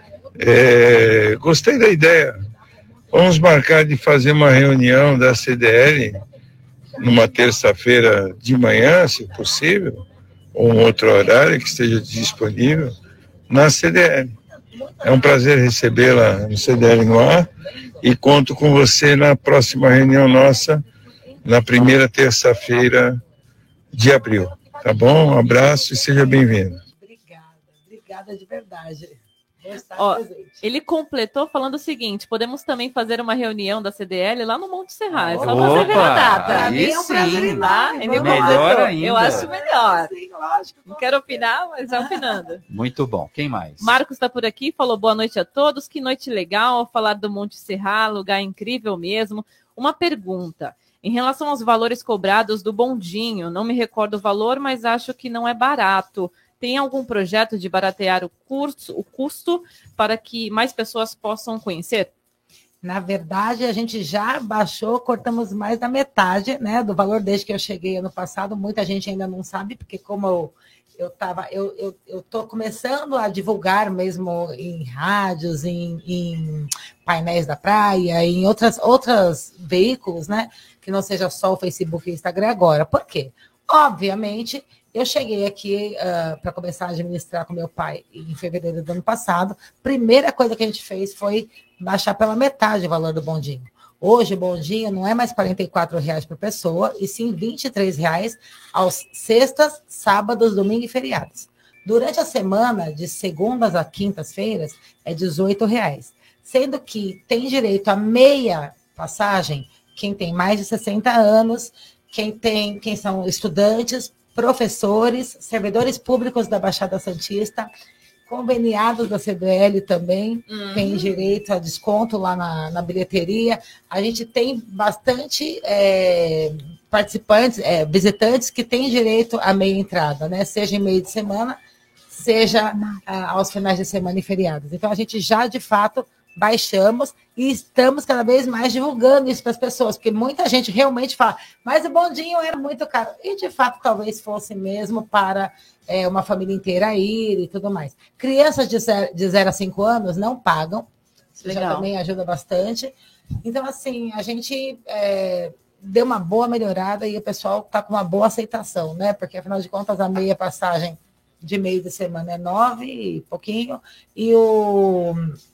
É, gostei da ideia. Vamos marcar de fazer uma reunião da C D L numa terça-feira de manhã, se possível, ou um outro horário que esteja disponível, na C D L. É um prazer recebê-la no C D L no ar e conto com você na próxima reunião nossa, na primeira terça-feira de abril. Tá bom? Um abraço e seja bem-vindo. Obrigada, obrigada de verdade. Vou estar Ó, presente. ele completou falando o seguinte: podemos também fazer uma reunião da C D L lá no Monte Serra. É só Opa, você ver a data. Pra mim é um aí prazer sim. enorme. Ele Vamos Melhor completou. ainda. Eu acho melhor. Sim, lógico. Não quero opinar, mas já opinando. Muito bom. Quem mais? Marcos está por aqui, falou boa noite a todos. Que noite legal, falar do Monte Serra, lugar incrível mesmo. Uma pergunta. Em relação aos valores cobrados do bondinho, não me recordo o valor, mas acho que não é barato. Tem algum projeto de baratear o curso, o custo para que mais pessoas possam conhecer? Na verdade, a gente já baixou, cortamos mais da metade, né, do valor desde que eu cheguei ano passado. Muita gente ainda não sabe, porque como eu eu tava, eu eu eu tô começando a divulgar mesmo em rádios, em, em painéis da praia, em outras outros veículos, né, que não seja só o Facebook e o Instagram agora. Por quê? Obviamente, eu cheguei aqui uh, para começar a administrar com meu pai em fevereiro do ano passado. Primeira coisa que a gente fez foi baixar pela metade o valor do bondinho. Hoje o bondinho não é mais quarenta e quatro reais por pessoa, e sim vinte e três reais aos sextas, sábados, domingos e feriados. Durante a semana, de segundas a quintas-feiras, é dezoito reais. Sendo que tem direito a meia passagem quem tem mais de sessenta anos, quem, tem, quem são estudantes, professores, servidores públicos da Baixada Santista, conveniados da C D L também, uhum. Tem direito a desconto lá na, na bilheteria. A gente tem bastante é, participantes, é, visitantes que têm direito a meia entrada, né? Seja em meio de semana, seja ah, aos finais de semana e feriados. Então, a gente já, de fato, baixamos e estamos cada vez mais divulgando isso para as pessoas, porque muita gente realmente fala, mas o bondinho era muito caro. E, de fato, talvez fosse mesmo para é, uma família inteira ir e tudo mais. Crianças de zero a cinco anos não pagam, isso já também ajuda bastante. Então, assim, a gente é, deu uma boa melhorada e o pessoal está com uma boa aceitação, né? Porque, afinal de contas, a meia passagem de meio de semana é nove e pouquinho, e o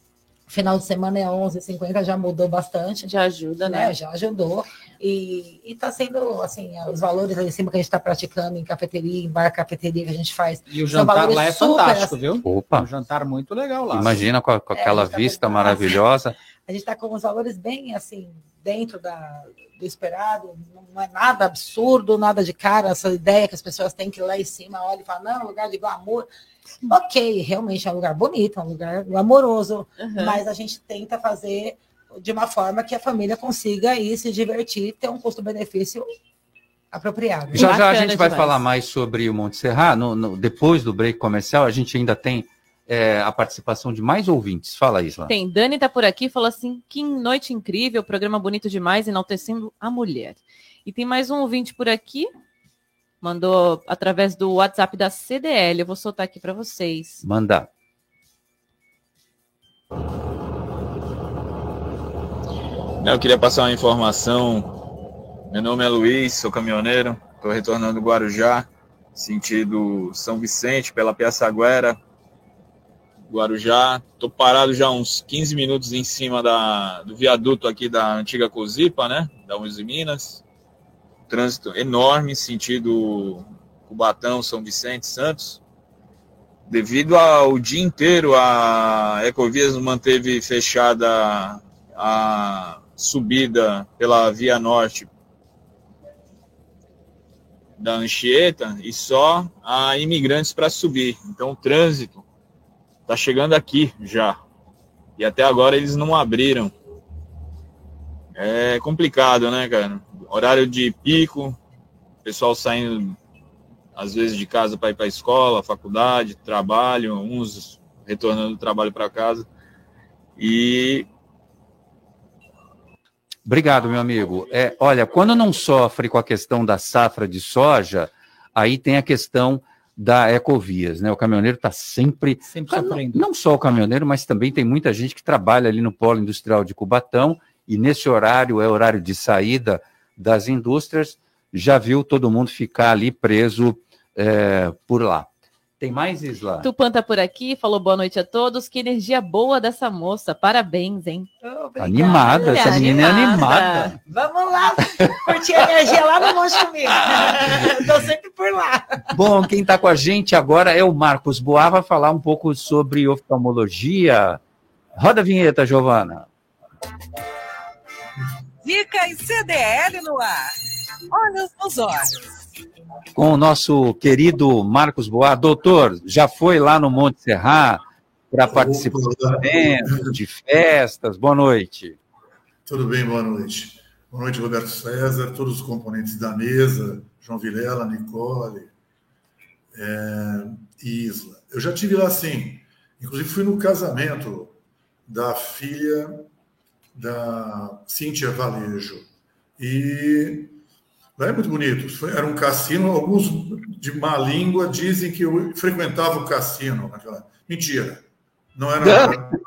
final de semana é onze e cinquenta, já mudou bastante. Já ajuda, né? né? Já ajudou. E está sendo, assim, os valores lá em cima que a gente está praticando em cafeteria, em bar cafeteria que a gente faz. E o jantar lá é fantástico, viu? Opa. Um jantar muito legal lá. Imagina com, a, com aquela é, vista maravilhosa. a gente está com os valores bem assim, dentro da, do esperado, não é nada absurdo, nada de cara, essa ideia que as pessoas têm que ir lá em cima, olha e fala, não, lugar de glamour. Ok, realmente é um lugar bonito, é um lugar glamouroso, uhum. mas a gente tenta fazer de uma forma que a família consiga ir se divertir, ter um custo-benefício apropriado. Já Bacana já a gente vai demais. falar falar mais sobre o Monte Serra. No, no, depois do break comercial, a gente ainda tem é, a participação de mais ouvintes. Fala, Isla. Tem, Dani tá por aqui, falou assim, que noite incrível, programa bonito demais, enaltecendo a mulher. E tem mais um ouvinte por aqui, mandou através do WhatsApp da C D L, eu vou soltar aqui para vocês. Manda. Eu queria passar uma informação. Meu nome é Luiz, sou caminhoneiro, estou retornando do Guarujá, sentido São Vicente, pela Piaçaguera, Guarujá. Estou parado já uns quinze minutos em cima da, do viaduto aqui da antiga Cozipa, né, da Uzi Minas. Trânsito enorme, sentido Cubatão, São Vicente, Santos. Devido ao dia inteiro, a Ecovias manteve fechada a subida pela Via Norte da Anchieta e só há imigrantes para subir. Então o trânsito está chegando aqui já. E até agora eles não abriram. É complicado, né, cara? Horário de pico, pessoal saindo às vezes de casa para ir para a escola, faculdade, trabalho, uns retornando do trabalho para casa. E Obrigado, meu amigo. É, olha, quando não sofre com a questão da safra de soja, aí tem a questão da Ecovias, né? O caminhoneiro está sempre... Sempre sofrendo. Não, não só o caminhoneiro, mas também tem muita gente que trabalha ali no polo industrial de Cubatão, e nesse horário é horário de saída das indústrias, já viu todo mundo ficar ali preso é, por lá. Tem mais, Isla? Tupã tá por aqui, falou boa noite a todos. Que energia boa dessa moça. Parabéns, hein? Obrigada. Animada, essa menina é animada. Vamos lá, curtir a energia lá no Monte comigo. Estou sempre por lá. Bom, quem está com a gente agora é o Marcos Boa, vai falar um pouco sobre oftalmologia. Roda a vinheta, Giovana. Dicas C D L no ar. Olhos nos olhos. Com o nosso querido Marcos Boa. Doutor, já foi lá no Monte Serra para participar de eventos, de festas? Boa noite. Tudo bem, boa noite. Boa noite, Roberto César, todos os componentes da mesa, João Vilela, Nicole, é, e Isla. Eu já estive lá, sim. Inclusive, fui no casamento da filha da Cíntia Valejo. E lá é muito bonito. Foi, era um cassino. Alguns de má língua dizem que eu frequentava o cassino naquela. Mentira. Não era.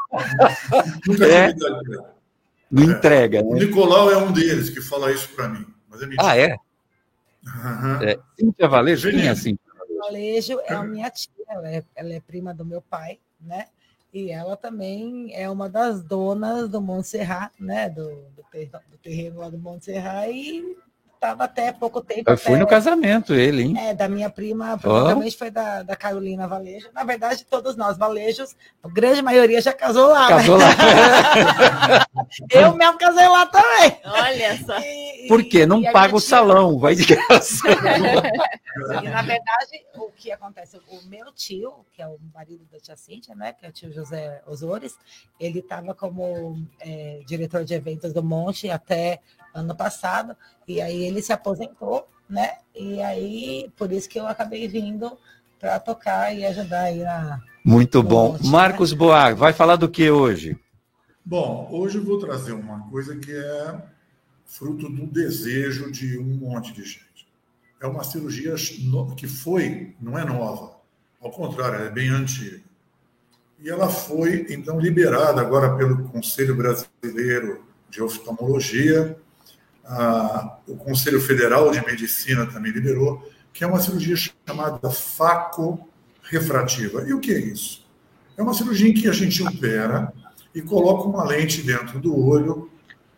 Nunca é. tive ideia. Não entrega. É. Né? O Nicolau é um deles que fala isso para mim. Mas é mentira. Ah, é? Uhum. é. Cíntia Valejo? Quem é a Cíntia Valejo? É a minha tia. Ela é, ela é prima do meu pai, né? E ela também é uma das donas do Monte Serra, né? Do, do, ter, do terreno lá do Monte Serra, e estava até pouco tempo. Eu fui até, no casamento, ele, hein? É, da minha prima, provavelmente oh. foi da, da Carolina Valejo. Na verdade, todos nós, Valejos, a grande maioria já casou lá. Casou né? lá. Eu mesmo casei lá também. Olha só. E, Por quê? Não paga o salão, vai de graça. E, na verdade, o que acontece, o meu tio, que é o marido da tia Cíntia, né, que é o tio José Osores, ele estava como é, diretor de eventos do Monte até ano passado, e aí ele se aposentou, né, e aí, por isso que eu acabei vindo para tocar e ajudar aí na... Muito bom. Monte, Marcos né? Boa, vai falar do que hoje? Bom, hoje eu vou trazer uma coisa que é fruto do desejo de um monte de gente. É uma cirurgia que foi, não é nova, ao contrário, é bem antiga. E ela foi, então, liberada agora pelo Conselho Brasileiro de Oftalmologia, a, o Conselho Federal de Medicina também liberou, que é uma cirurgia chamada facorefrativa. E o que é isso? É uma cirurgia em que a gente opera e coloca uma lente dentro do olho,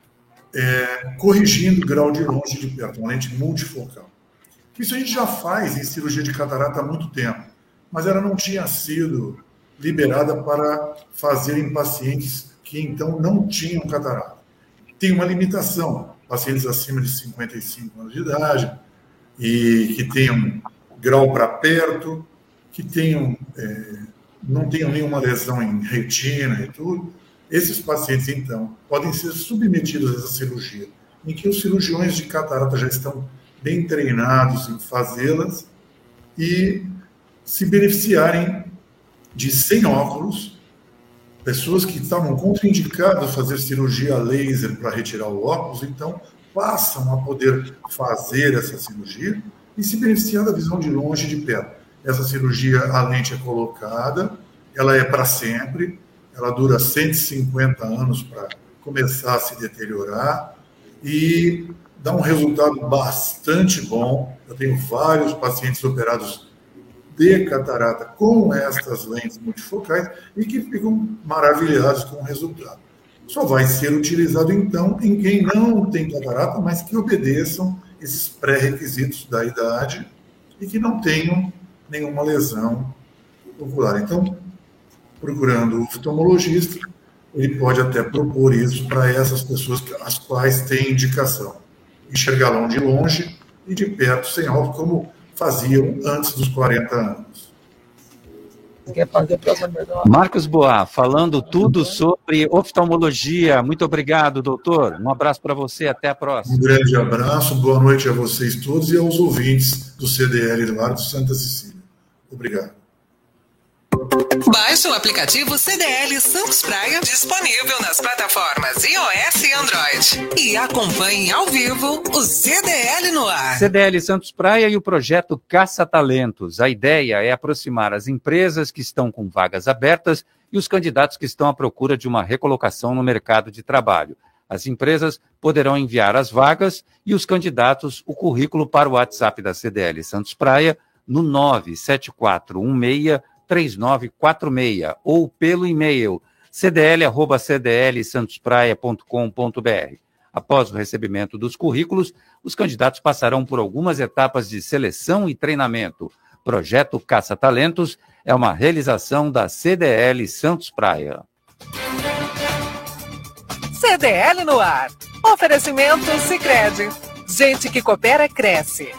é, corrigindo o grau de longe e de perto, uma lente multifocal. Isso a gente já faz em cirurgia de catarata há muito tempo, mas ela não tinha sido liberada para fazer em pacientes que então não tinham catarata. Tem uma limitação, pacientes acima de cinquenta e cinco anos de idade e que tenham grau para perto, que tenham, é, não tenham nenhuma lesão em retina e tudo, esses pacientes, então, podem ser submetidos a essa cirurgia, em que os cirurgiões de catarata já estão bem treinados em fazê-las e se beneficiarem de sem óculos, pessoas que estavam contraindicadas a fazer cirurgia laser para retirar o óculos, então passam a poder fazer essa cirurgia e se beneficiar da visão de longe e de perto. Essa cirurgia, a lente é colocada, ela é para sempre, ela dura cento e cinquenta anos para começar a se deteriorar e dá um resultado bastante bom. Eu tenho vários pacientes operados de catarata com estas lentes multifocais e que ficam maravilhados com o resultado. Só vai ser utilizado, então, em quem não tem catarata, mas que obedeçam esses pré-requisitos da idade e que não tenham nenhuma lesão ocular. Então, procurando o oftalmologista, ele pode até propor isso para essas pessoas as quais têm indicação. Enxergarão de longe e de perto, sem óculos, como faziam antes dos quarenta anos. Marcos Boa, falando tudo sobre oftalmologia. Muito obrigado, doutor. Um abraço para você, até a próxima. Um grande abraço, boa noite a vocês todos e aos ouvintes do C D L Lar do Santa Cecília. Obrigado. Baixe o aplicativo C D L Santos Praia, disponível nas plataformas iOS e Android. E acompanhe ao vivo o C D L no ar. C D L Santos Praia e o projeto Caça Talentos. A ideia é aproximar as empresas que estão com vagas abertas e os candidatos que estão à procura de uma recolocação no mercado de trabalho. As empresas poderão enviar as vagas e os candidatos o currículo para o WhatsApp da C D L Santos Praia no nove sete quatro um seis três nove quatro seis ou pelo e-mail c d l arroba c d l santos praia ponto com ponto b r. Após o recebimento dos currículos, os candidatos passarão por algumas etapas de seleção e treinamento. Projeto Caça Talentos é uma realização da C D L Santos Praia. C D L no ar. Oferecimento Sicredi. Gente que coopera, cresce.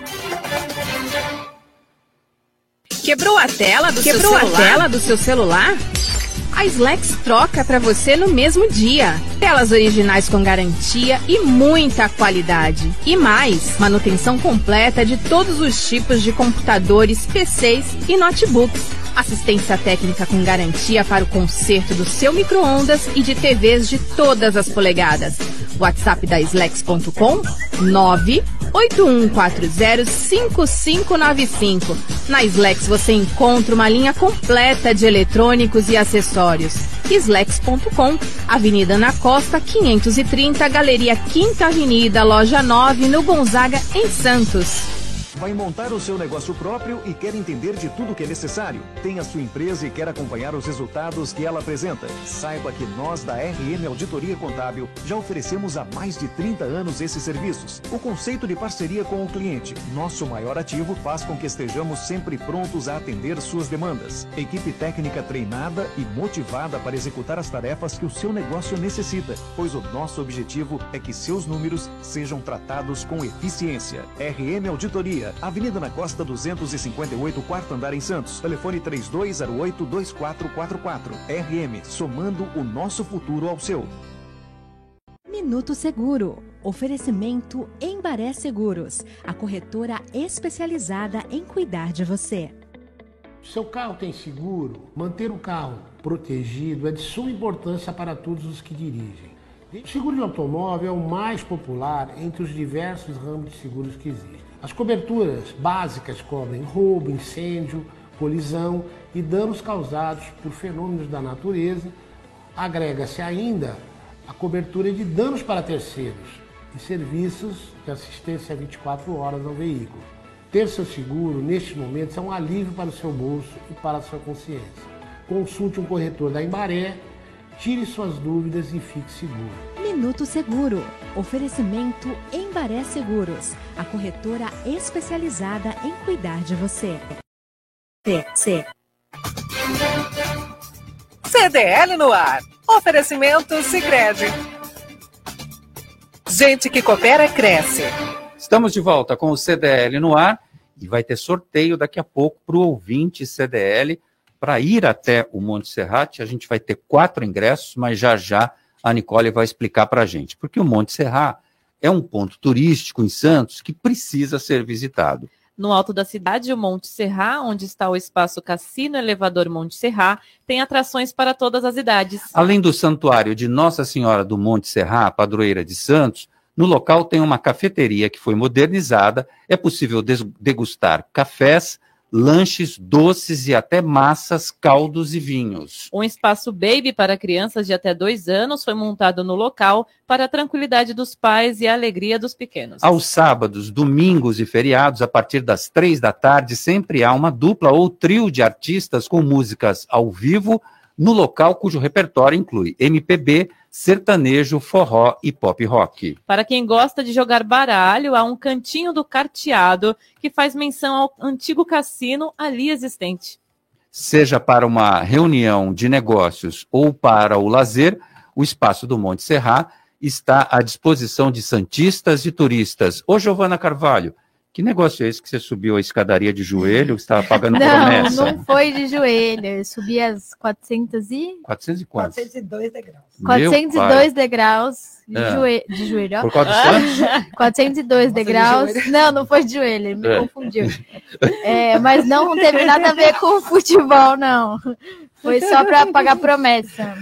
Quebrou a tela do Quebrou seu celular? a tela do seu celular? A Slex troca para você no mesmo dia. Telas originais com garantia e muita qualidade. E mais, manutenção completa de todos os tipos de computadores, P Cs e notebooks. Assistência técnica com garantia para o conserto do seu micro-ondas e de T Vs de todas as polegadas. WhatsApp da Slex ponto com nove oito um quatro zero cinco cinco nove cinco. Na Slex você encontra uma linha completa de eletrônicos e acessórios. Slex ponto com, Avenida Ana Costa, quinhentos e trinta, Galeria Quinta Avenida, Loja nove, no Gonzaga, em Santos. Vai montar o seu negócio próprio e quer entender de tudo que é necessário? Tem a sua empresa e quer acompanhar os resultados que ela apresenta? Saiba que nós da R M Auditoria Contábil já oferecemos há mais de trinta anos esses serviços. O conceito de parceria com o cliente, nosso maior ativo, faz com que estejamos sempre prontos a atender suas demandas. Equipe técnica treinada e motivada para executar as tarefas que o seu negócio necessita, pois o nosso objetivo é que seus números sejam tratados com eficiência. R M Auditoria, Avenida Ana Costa duzentos e cinquenta e oito, quarto andar em Santos. Telefone três dois zero oito dois quatro quatro quatro. R M, somando o nosso futuro ao seu. Minuto Seguro. Oferecimento Embaré Seguros, a corretora especializada em cuidar de você. Seu carro tem seguro? Manter o carro protegido é de suma importância para todos os que dirigem. O seguro de automóvel é o mais popular entre os diversos ramos de seguros que existem. As coberturas básicas cobrem roubo, incêndio, colisão e danos causados por fenômenos da natureza. Agrega-se ainda a cobertura de danos para terceiros e serviços de assistência vinte e quatro horas ao veículo. Ter seu seguro, neste momento, é um alívio para o seu bolso e para a sua consciência. Consulte um corretor da Embaré, tire suas dúvidas e fique seguro. Minuto Seguro. Oferecimento Embaré Seguros, a corretora especializada em cuidar de você. C. C. C D L no ar. Oferecimento Sicredi. Gente que coopera, cresce. Estamos de volta com o C D L no ar e vai ter sorteio daqui a pouco para o ouvinte C D L para ir até o Monte Serrate. A gente vai ter quatro ingressos, mas já já a Nicole vai explicar para a gente. Porque o Monte Serrate é um ponto turístico em Santos que precisa ser visitado. No alto da cidade, o Monte Serrate, onde está o espaço Cassino Elevador Monte Serrate, tem atrações para todas as idades. Além do santuário de Nossa Senhora do Monte Serrate, padroeira de Santos, no local tem uma cafeteria que foi modernizada. É possível degustar cafés, lanches, doces e até massas, caldos e vinhos. Um espaço baby para crianças de até dois anos foi montado no local para a tranquilidade dos pais e a alegria dos pequenos. Aos sábados, domingos e feriados, a partir das três da tarde, sempre há uma dupla ou trio de artistas com músicas ao vivo no local cujo repertório inclui M P B, sertanejo, forró e pop rock. Para quem gosta de jogar baralho, há um cantinho do carteado que faz menção ao antigo cassino ali existente. Seja para uma reunião de negócios ou para o lazer, o espaço do Monte Serrate está à disposição de santistas e turistas. Ô, Giovana Carvalho, que negócio é esse que você subiu a escadaria de joelho, que estava pagando não, promessa? Não, não foi de joelho, eu subi as quatrocentos e... quatrocentos e quantos? quatrocentos e dois degraus. quatrocentos e dois degraus de, é. joelho, de joelho, ó. Por causa do Santos? quatrocentos e dois degraus. De não, não foi de joelho, ele me é. confundiu. É, mas não teve nada a ver com o futebol, não. Foi só para pagar promessa.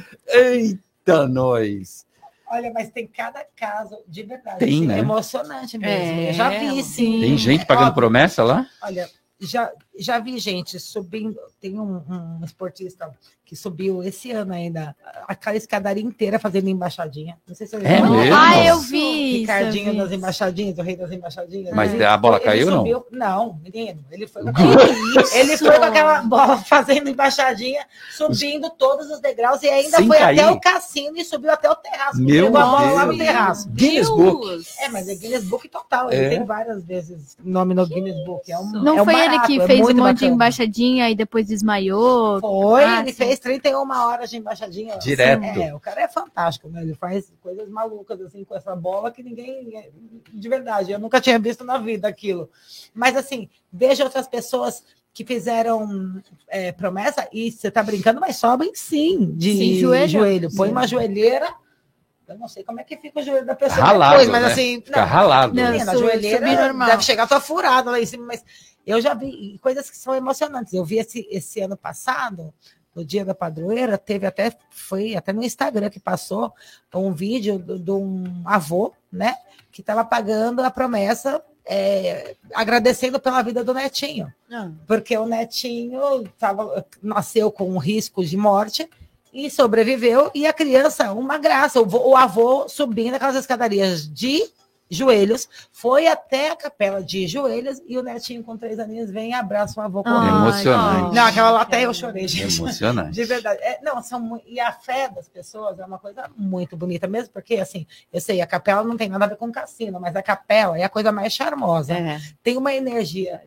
Eita, nós! Olha, mas tem cada caso, de verdade, tem, assim, né? É emocionante mesmo. É, eu já vi, sim. Tem gente pagando Óbvio. promessa lá? Olha, já, já vi gente subindo. Tem um, um esportista que subiu esse ano ainda, aquela escadaria inteira fazendo embaixadinha. Não sei se eu É mesmo? Ah, eu vi. Ricardinho isso, das embaixadinhas, o rei das embaixadinhas. Mas ele, a bola ele caiu, subiu, não? Não, menino. Ele foi, com aquela, ele foi com aquela bola fazendo embaixadinha, subindo todos os degraus e ainda Sem foi cair. até o cassino e subiu até o terraço. Meu Pegou a bola Deus. lá no terraço. Guinness Book. É, mas é Guinness Book total. Ele É. tem várias vezes nome no Guinness Book. É um, Não é um foi barato, ele que é fez um muito monte de bacana. embaixadinha e depois desmaiou? Foi, Ah, ele sim. fez trinta e uma horas de embaixadinha. Direto. É, o cara é fantástico, né? Ele faz coisas malucas assim com essa bola que ninguém. De verdade, eu nunca tinha visto na vida aquilo. Mas assim, veja outras pessoas que fizeram é, promessa e você tá brincando, mas sobem sim de Sim, joelho. joelho. Põe Sim. uma joelheira. Eu não sei como é que fica o joelho da pessoa Ralado, depois, mas né? assim. Fica ralado. Não, Menina, a su- joelheira subir normal. deve chegar toda furada lá em cima, mas eu já vi coisas que são emocionantes. Eu vi esse, esse ano passado, no dia da padroeira, teve até, foi até no Instagram que passou um vídeo de, de um avô, né, que estava pagando a promessa, é, agradecendo pela vida do netinho. Ah. Porque o netinho tava, nasceu com um risco de morte e sobreviveu, e a criança, uma graça, o, vô- o avô subindo aquelas escadarias de joelhos, foi até a capela de joelhos, e o netinho com três aninhos vem e abraça o avô com Ai, ele. Emocionante. Não, aquela lá até eu chorei, gente. Emocionante. De verdade. É, não, são, mu- e a fé das pessoas é uma coisa muito bonita mesmo, porque, assim, eu sei, a capela não tem nada a ver com cassino, mas a capela é a coisa mais charmosa. É. Tem uma energia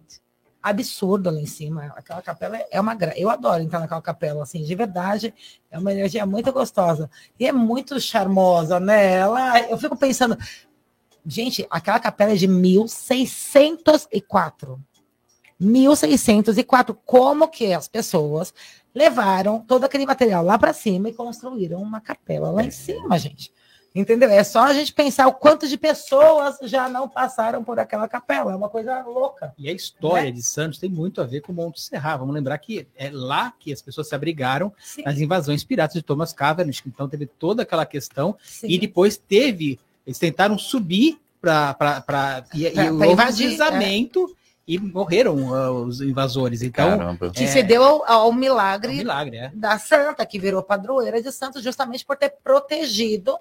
absurda lá em cima. Aquela capela é uma gra... Eu adoro entrar naquela capela, assim, de verdade. É uma energia muito gostosa. E é muito charmosa, né? Ela, eu fico pensando, gente, aquela capela é de mil seiscentos e quatro. mil seiscentos e quatro. Como que as pessoas levaram todo aquele material lá para cima e construíram uma capela lá em cima, gente? Entendeu? É só a gente pensar o quanto de pessoas já não passaram por aquela capela. É uma coisa louca. E a história Né? de Santos tem muito a ver com o Monte Serrate. Vamos lembrar que é lá que as pessoas se abrigaram Sim. nas invasões piratas de Thomas Cavendish. Então teve toda aquela questão. Sim. E depois teve... Eles tentaram subir para... E, e Pra- pra houve um invadir, deslizamento e morreram uh, os invasores. Então, Caramba. Que é, se deu ao, ao é um milagre milagre, é. da Santa, que virou padroeira de Santos, justamente por ter protegido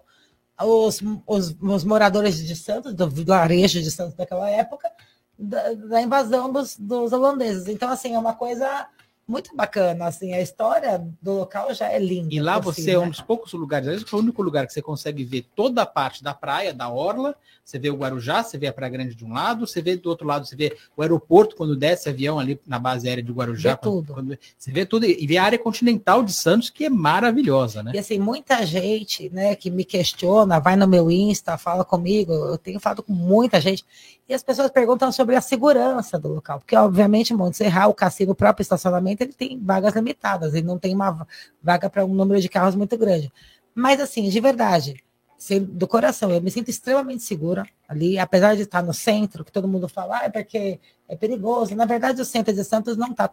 os, os, os moradores de Santos, do vilarejo de Santos daquela época, da, da invasão dos, dos holandeses. Então, assim, é uma coisa muito bacana, assim, a história do local já é linda. E lá por você si, é né? um dos poucos lugares, às vezes é o único lugar que você consegue ver toda a parte da praia, da orla, você vê o Guarujá, você vê a Praia Grande de um lado, você vê do outro lado, você vê o aeroporto, quando desce avião ali na base aérea de Guarujá. Vê tudo. Quando, quando, você vê tudo, e vê a área continental de Santos, que é maravilhosa, né? E assim, muita gente, né, que me questiona, vai no meu Insta, fala comigo, eu tenho falado com muita gente, e as pessoas perguntam sobre a segurança do local, porque obviamente Monte Serra, o cassino, o próprio estacionamento, ele tem vagas limitadas, ele não tem uma vaga para um número de carros muito grande. Mas assim, de verdade, do coração, eu me sinto extremamente segura ali, apesar de estar no centro, que todo mundo fala, ah, é porque é perigoso. Na verdade, o centro de Santos não está...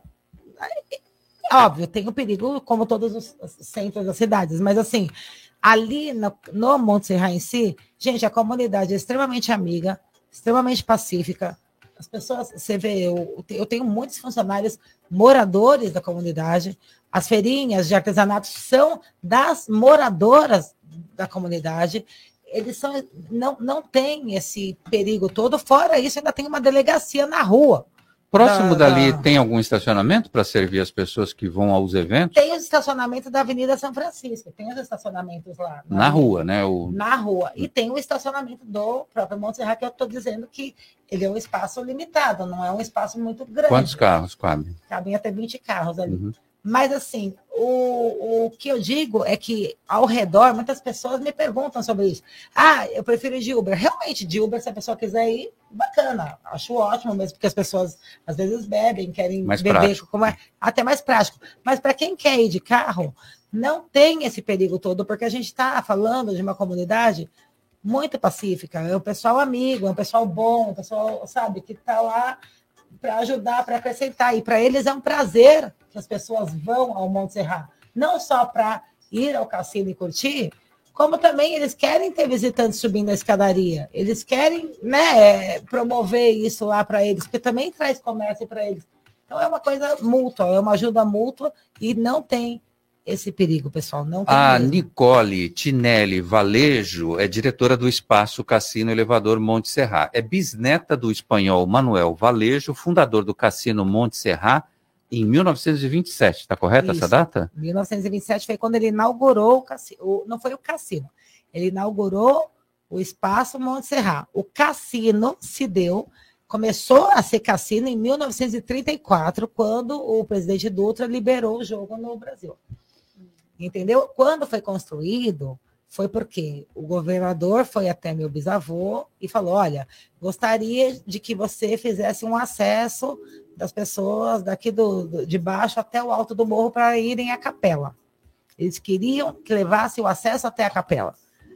Óbvio, tem o perigo, como todos os centros das cidades, mas assim, ali no, no Monte Serra em si, gente, a comunidade é extremamente amiga, extremamente pacífica. As pessoas, você vê, eu, eu tenho muitos funcionários moradores da comunidade, as feirinhas de artesanato são das moradoras da comunidade, eles são, não, não tem esse perigo todo, fora isso ainda tem uma delegacia na rua. Próximo da, dali da... tem algum estacionamento para servir as pessoas que vão aos eventos? Tem os estacionamentos da Avenida São Francisco, tem os estacionamentos lá. Na, na rua, né? O... Na rua. E tem o estacionamento do próprio Monte Serra, que eu estou dizendo que ele é um espaço limitado, não é um espaço muito grande. Quantos carros cabem? Cabem até vinte carros ali. Uhum. Mas, assim, o, o que eu digo é que, ao redor, muitas pessoas me perguntam sobre isso. Ah, eu prefiro ir de Uber. Realmente, de Uber, se a pessoa quiser ir, bacana. Acho ótimo mesmo, porque as pessoas, às vezes, bebem, querem mais beber, prático. como é, até mais prático. Mas, para quem quer ir de carro, não tem esse perigo todo, porque a gente está falando de uma comunidade muito pacífica. É um pessoal amigo, é um pessoal bom, um pessoal, sabe, que está lá para ajudar, para acrescentar. E para eles é um prazer que as pessoas vão ao Monte Serra, não só para ir ao cassino e curtir, como também eles querem ter visitantes subindo a escadaria. Eles querem, né, promover isso lá para eles, porque também traz comércio para eles. Então é uma coisa mútua, é uma ajuda mútua e não tem esse perigo, pessoal. Não tem A mesmo. Nicole Tinelli Valejo é diretora do Espaço Cassino Elevador Monte Serra. É bisneta do espanhol Manuel Valejo, fundador do Cassino Monte Serra, em mil novecentos e vinte e sete. Está correta Isso. essa data? mil novecentos e vinte e sete foi quando ele inaugurou o cassino. Não foi o cassino. Ele inaugurou o Espaço Monte Serra. O cassino se deu, começou a ser cassino em mil novecentos e trinta e quatro, quando o presidente Dutra liberou o jogo no Brasil. Entendeu? Quando foi construído, foi porque o governador foi até meu bisavô e falou, olha, gostaria de que você fizesse um acesso das pessoas daqui do, do, de baixo até o alto do morro para irem à capela. Eles queriam que levasse o acesso até a capela.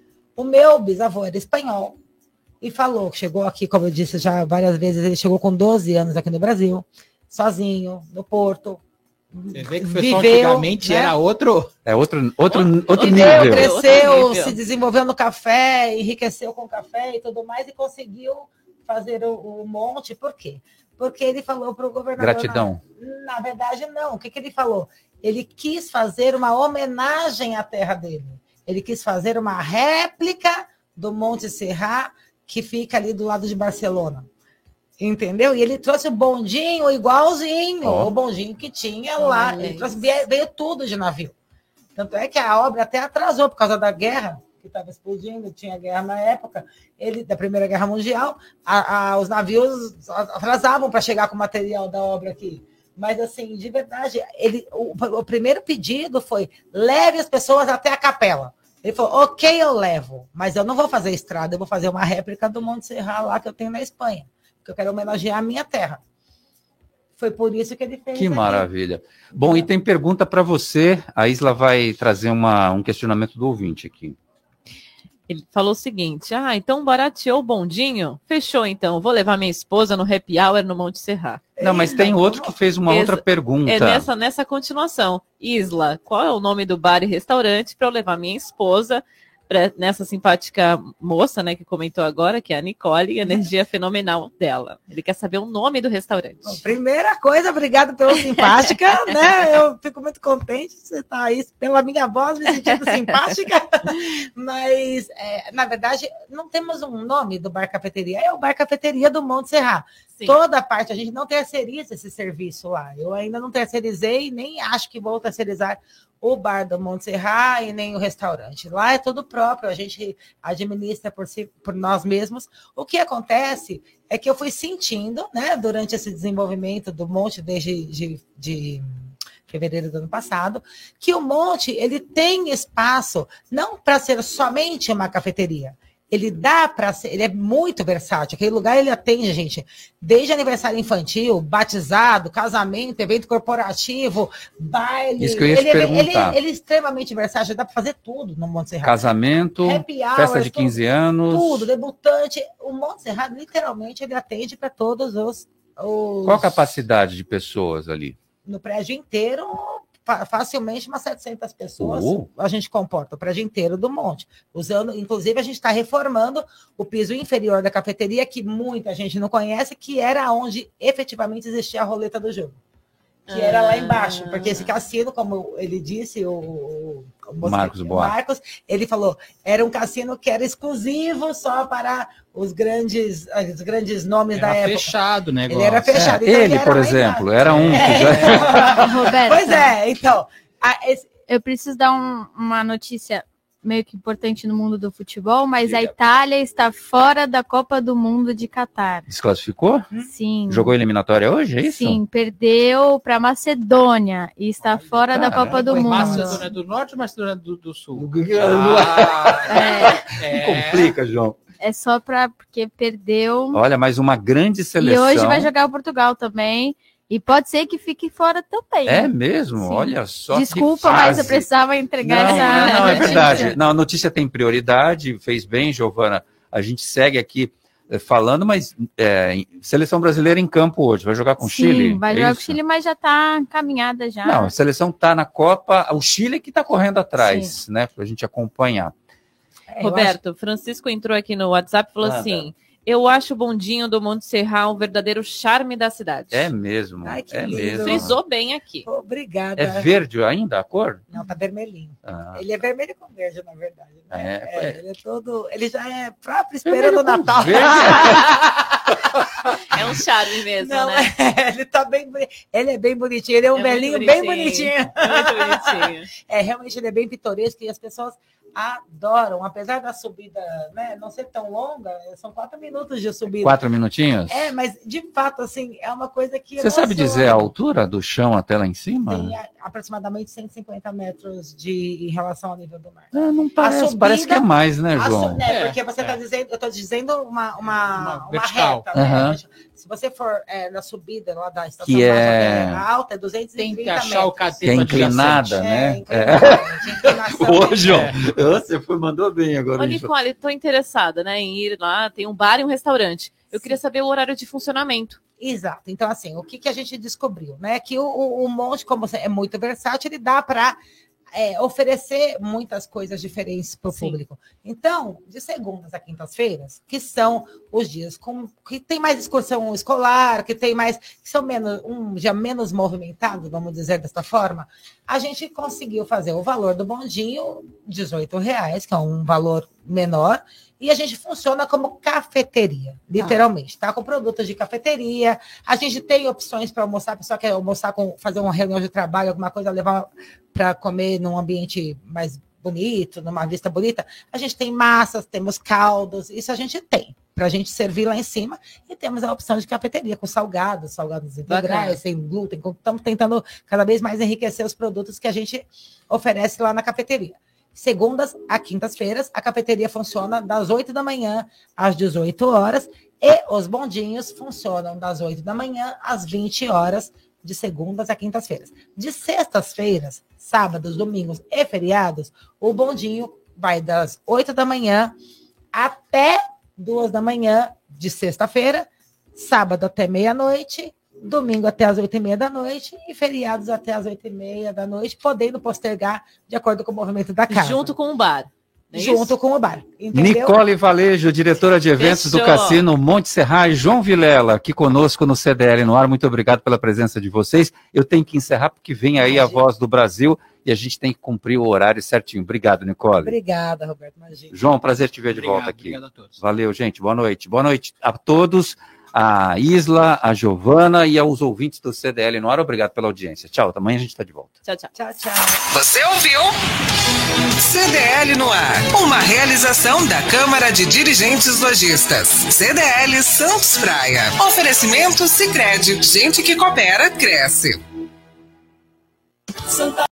O meu bisavô era espanhol e falou, chegou aqui, como eu disse já várias vezes, ele chegou com doze anos aqui no Brasil, sozinho, no Porto. Você vê que o pessoal Viveu, antigamente né? era outro... É outro, outro, outro Viveu, nível. cresceu, Outro nível. se desenvolveu no café, enriqueceu com café e tudo mais, e conseguiu fazer o, o monte. Por quê? Porque ele falou para o governador... Gratidão. Na, na verdade, não. O que, que ele falou? Ele quis fazer uma homenagem à terra dele. Ele quis fazer uma réplica do Monte Serra, que fica ali do lado de Barcelona. Entendeu? E ele trouxe o bondinho igualzinho, Oh. o bondinho que tinha lá. Olha Ele trouxe, isso. veio, veio tudo de navio. Tanto é que a obra até atrasou por causa da guerra, que estava explodindo, tinha guerra na época, ele, da Primeira Guerra Mundial, a, a, os navios atrasavam para chegar com o material da obra aqui. Mas, assim, de verdade, ele, o, o primeiro pedido foi, leve as pessoas até a capela. Ele falou, ok, eu levo, mas eu não vou fazer estrada, eu vou fazer uma réplica do Monte Serra lá que eu tenho na Espanha, porque eu quero homenagear a minha terra. Foi por isso que ele fez Que aqui. maravilha. Bom, e tem pergunta para você. A Isla vai trazer uma, um questionamento do ouvinte aqui. Ele falou o seguinte, ah, então barateou o bondinho? Fechou, então. Vou levar minha esposa no happy hour no Monte Serra. Não, mas tem outro que fez uma Exa- outra pergunta. É nessa, nessa continuação. Isla, qual é o nome do bar e restaurante para eu levar minha esposa, pra, nessa simpática moça, né, que comentou agora, que é a Nicole, e a energia fenomenal dela. Ele quer saber o nome do restaurante. Bom, primeira coisa, obrigado pela simpática, né? Eu fico muito contente de você estar aí pela minha voz, me sentindo simpática. Mas, é, na verdade, não temos um nome do bar cafeteria, é o bar cafeteria do Monte Serra. Sim. Toda a parte, a gente não terceiriza esse serviço lá. Eu ainda não terceirizei, nem acho que vou terceirizar o bar do Monte Serra e nem o restaurante. Lá é tudo próprio, a gente administra por, si, por nós mesmos. O que acontece é que eu fui sentindo, né, durante esse desenvolvimento do Monte desde de, de fevereiro do ano passado, que o Monte ele tem espaço não para ser somente uma cafeteria. Ele dá para ser, ele é muito versátil. Aquele lugar ele atende, gente, desde aniversário infantil, batizado, casamento, evento corporativo, baile. Isso que eu ia te ele, perguntar. Ele, ele, ele é extremamente versátil, dá para fazer tudo no Monte Serra. Casamento, Happy hours, festa de quinze anos. Tudo, debutante. O Monte Serra, literalmente, ele atende para todos os, os. Qual a capacidade de pessoas ali? No prédio inteiro, facilmente umas setecentas pessoas uh. a gente comporta, o prédio inteiro do Monte. Usando, inclusive, a gente está reformando o piso inferior da cafeteria, que muita gente não conhece, que era onde efetivamente existia a roleta do jogo. Que ah. era lá embaixo, porque esse cassino, como ele disse, o, o, o Marcos, o Marcos, ele falou, era um cassino que era exclusivo só para os grandes, os grandes nomes era da época. Fechado, né? Ele era fechado. É, então ele, ele por exemplo, era um é. que já... Roberto, pois é, então... A, esse... Eu preciso dar um, uma notícia meio que importante no mundo do futebol, mas Diga. a Itália está fora da Copa do Mundo de Catar. Desclassificou? Sim. Jogou eliminatória hoje, é isso? Sim, perdeu para a Macedônia e está fora Caramba. da Copa do Mundo. Macedônia do Norte ou Macedônia do, do Sul? Ah, é. Complica, João. É só para porque perdeu. Olha, mais uma grande seleção. E hoje vai jogar o Portugal também. E pode ser que fique fora também. É né? mesmo? Sim. Olha só. Desculpa, mas eu precisava entregar não, essa. Não, não, é notícia. verdade. Não, a notícia tem prioridade, fez bem, Giovana. A gente segue aqui é, falando, mas é, seleção brasileira em campo hoje. Vai jogar com o Chile? Vai é jogar isso? com o Chile, mas já está encaminhada já. Não, a seleção está na Copa, o Chile que está correndo atrás, Sim. né? Para a gente acompanhar. É, Roberto, acho... Francisco entrou aqui no WhatsApp e falou ah, assim. Tá. Eu acho o bondinho do Monte Serra um verdadeiro charme da cidade. É mesmo. Ai, que é lindo. mesmo. Frisou bem aqui. Obrigada. É verde ainda a cor? Não, tá vermelhinho. Ah. Ele é vermelho com verde, na verdade. Né? É, é, ele é todo. Ele já é próprio esperando o Natal. É um charme mesmo, Não, né? É, ele tá bem Ele é bem bonitinho, ele é um é velhinho bem bonitinho. É muito bonitinho. É, realmente ele é bem pitoresco e as pessoas adoram, apesar da subida, né, não ser tão longa, são quatro minutos de subida. Quatro minutinhos? É, mas de fato, assim, é uma coisa que... Você sabe dizer a altura do chão até lá em cima? Tem a, aproximadamente cento e cinquenta metros de, em relação ao nível do mar. Ah, não parece, subida, parece que é mais, né, João? A, é, é, porque você está é. dizendo, eu estou dizendo uma, uma, uma, uma reta, né? Uhum. Se você for é, na subida lá da estação que é... alta, é duzentos e trinta Tem que achar metros. o catete que é inclinada, né? É, é. Ô, João, é. você foi, mandou bem agora. Ô, Nicole, estou interessada, né, em ir lá, tem um bar e um restaurante. Eu Sim. queria saber o horário de funcionamento. Exato. Então, assim, o que, que a gente descobriu, né? Que o, o, o Monte, como é muito versátil, ele dá para é, oferecer muitas coisas diferentes para o público. Então, de segundas a quintas-feiras, que são os dias com, que tem mais excursão escolar, que tem mais, que são menos, um dia menos movimentado, vamos dizer desta forma, a gente conseguiu fazer o valor do bondinho dezoito reais, que é um valor menor, e a gente funciona como cafeteria, literalmente, tá? Com produtos de cafeteria. A gente tem opções para almoçar, a pessoa quer almoçar com fazer uma reunião de trabalho, alguma coisa, levar para comer num ambiente mais bonito, numa vista bonita. A gente tem massas, temos caldos, isso a gente tem para a gente servir lá em cima. E temos a opção de cafeteria com salgados, salgados integrais, sem glúten. Estamos tentando cada vez mais enriquecer os produtos que a gente oferece lá na cafeteria. Segundas a quintas-feiras, a cafeteria funciona das oito da manhã às dezoito horas e os bondinhos funcionam das oito da manhã às vinte horas, de segundas a quintas-feiras. De sextas-feiras, sábados, domingos e feriados, o bondinho vai das oito da manhã até duas da manhã de sexta-feira, sábado até meia-noite, domingo até as oito e meia da noite e feriados até as oito e meia da noite, podendo postergar de acordo com o movimento da casa. Junto com o bar. É Junto isso? com o bar. Entendeu? Nicole Valejo, diretora de eventos Fechou. do Cassino Monte Serra, e João Vilela, aqui conosco no C D L no ar. Muito obrigado pela presença de vocês. Eu tenho que encerrar porque vem aí Imagina. a Voz do Brasil e a gente tem que cumprir o horário certinho. Obrigado, Nicole. Obrigada, Roberto. Imagina. João, prazer te ver de obrigado, volta aqui. Obrigado a todos. Valeu, gente. Boa noite. Boa noite a todos. a Isla, a Giovana e aos ouvintes do C D L no ar. Obrigado pela audiência. Tchau, amanhã a gente está de volta. Tchau, tchau. Tchau, tchau. Você ouviu? C D L no ar, uma realização da Câmara de Dirigentes Lojistas. C D L Santos Praia. Oferecimento Sicredi. Gente que coopera, cresce.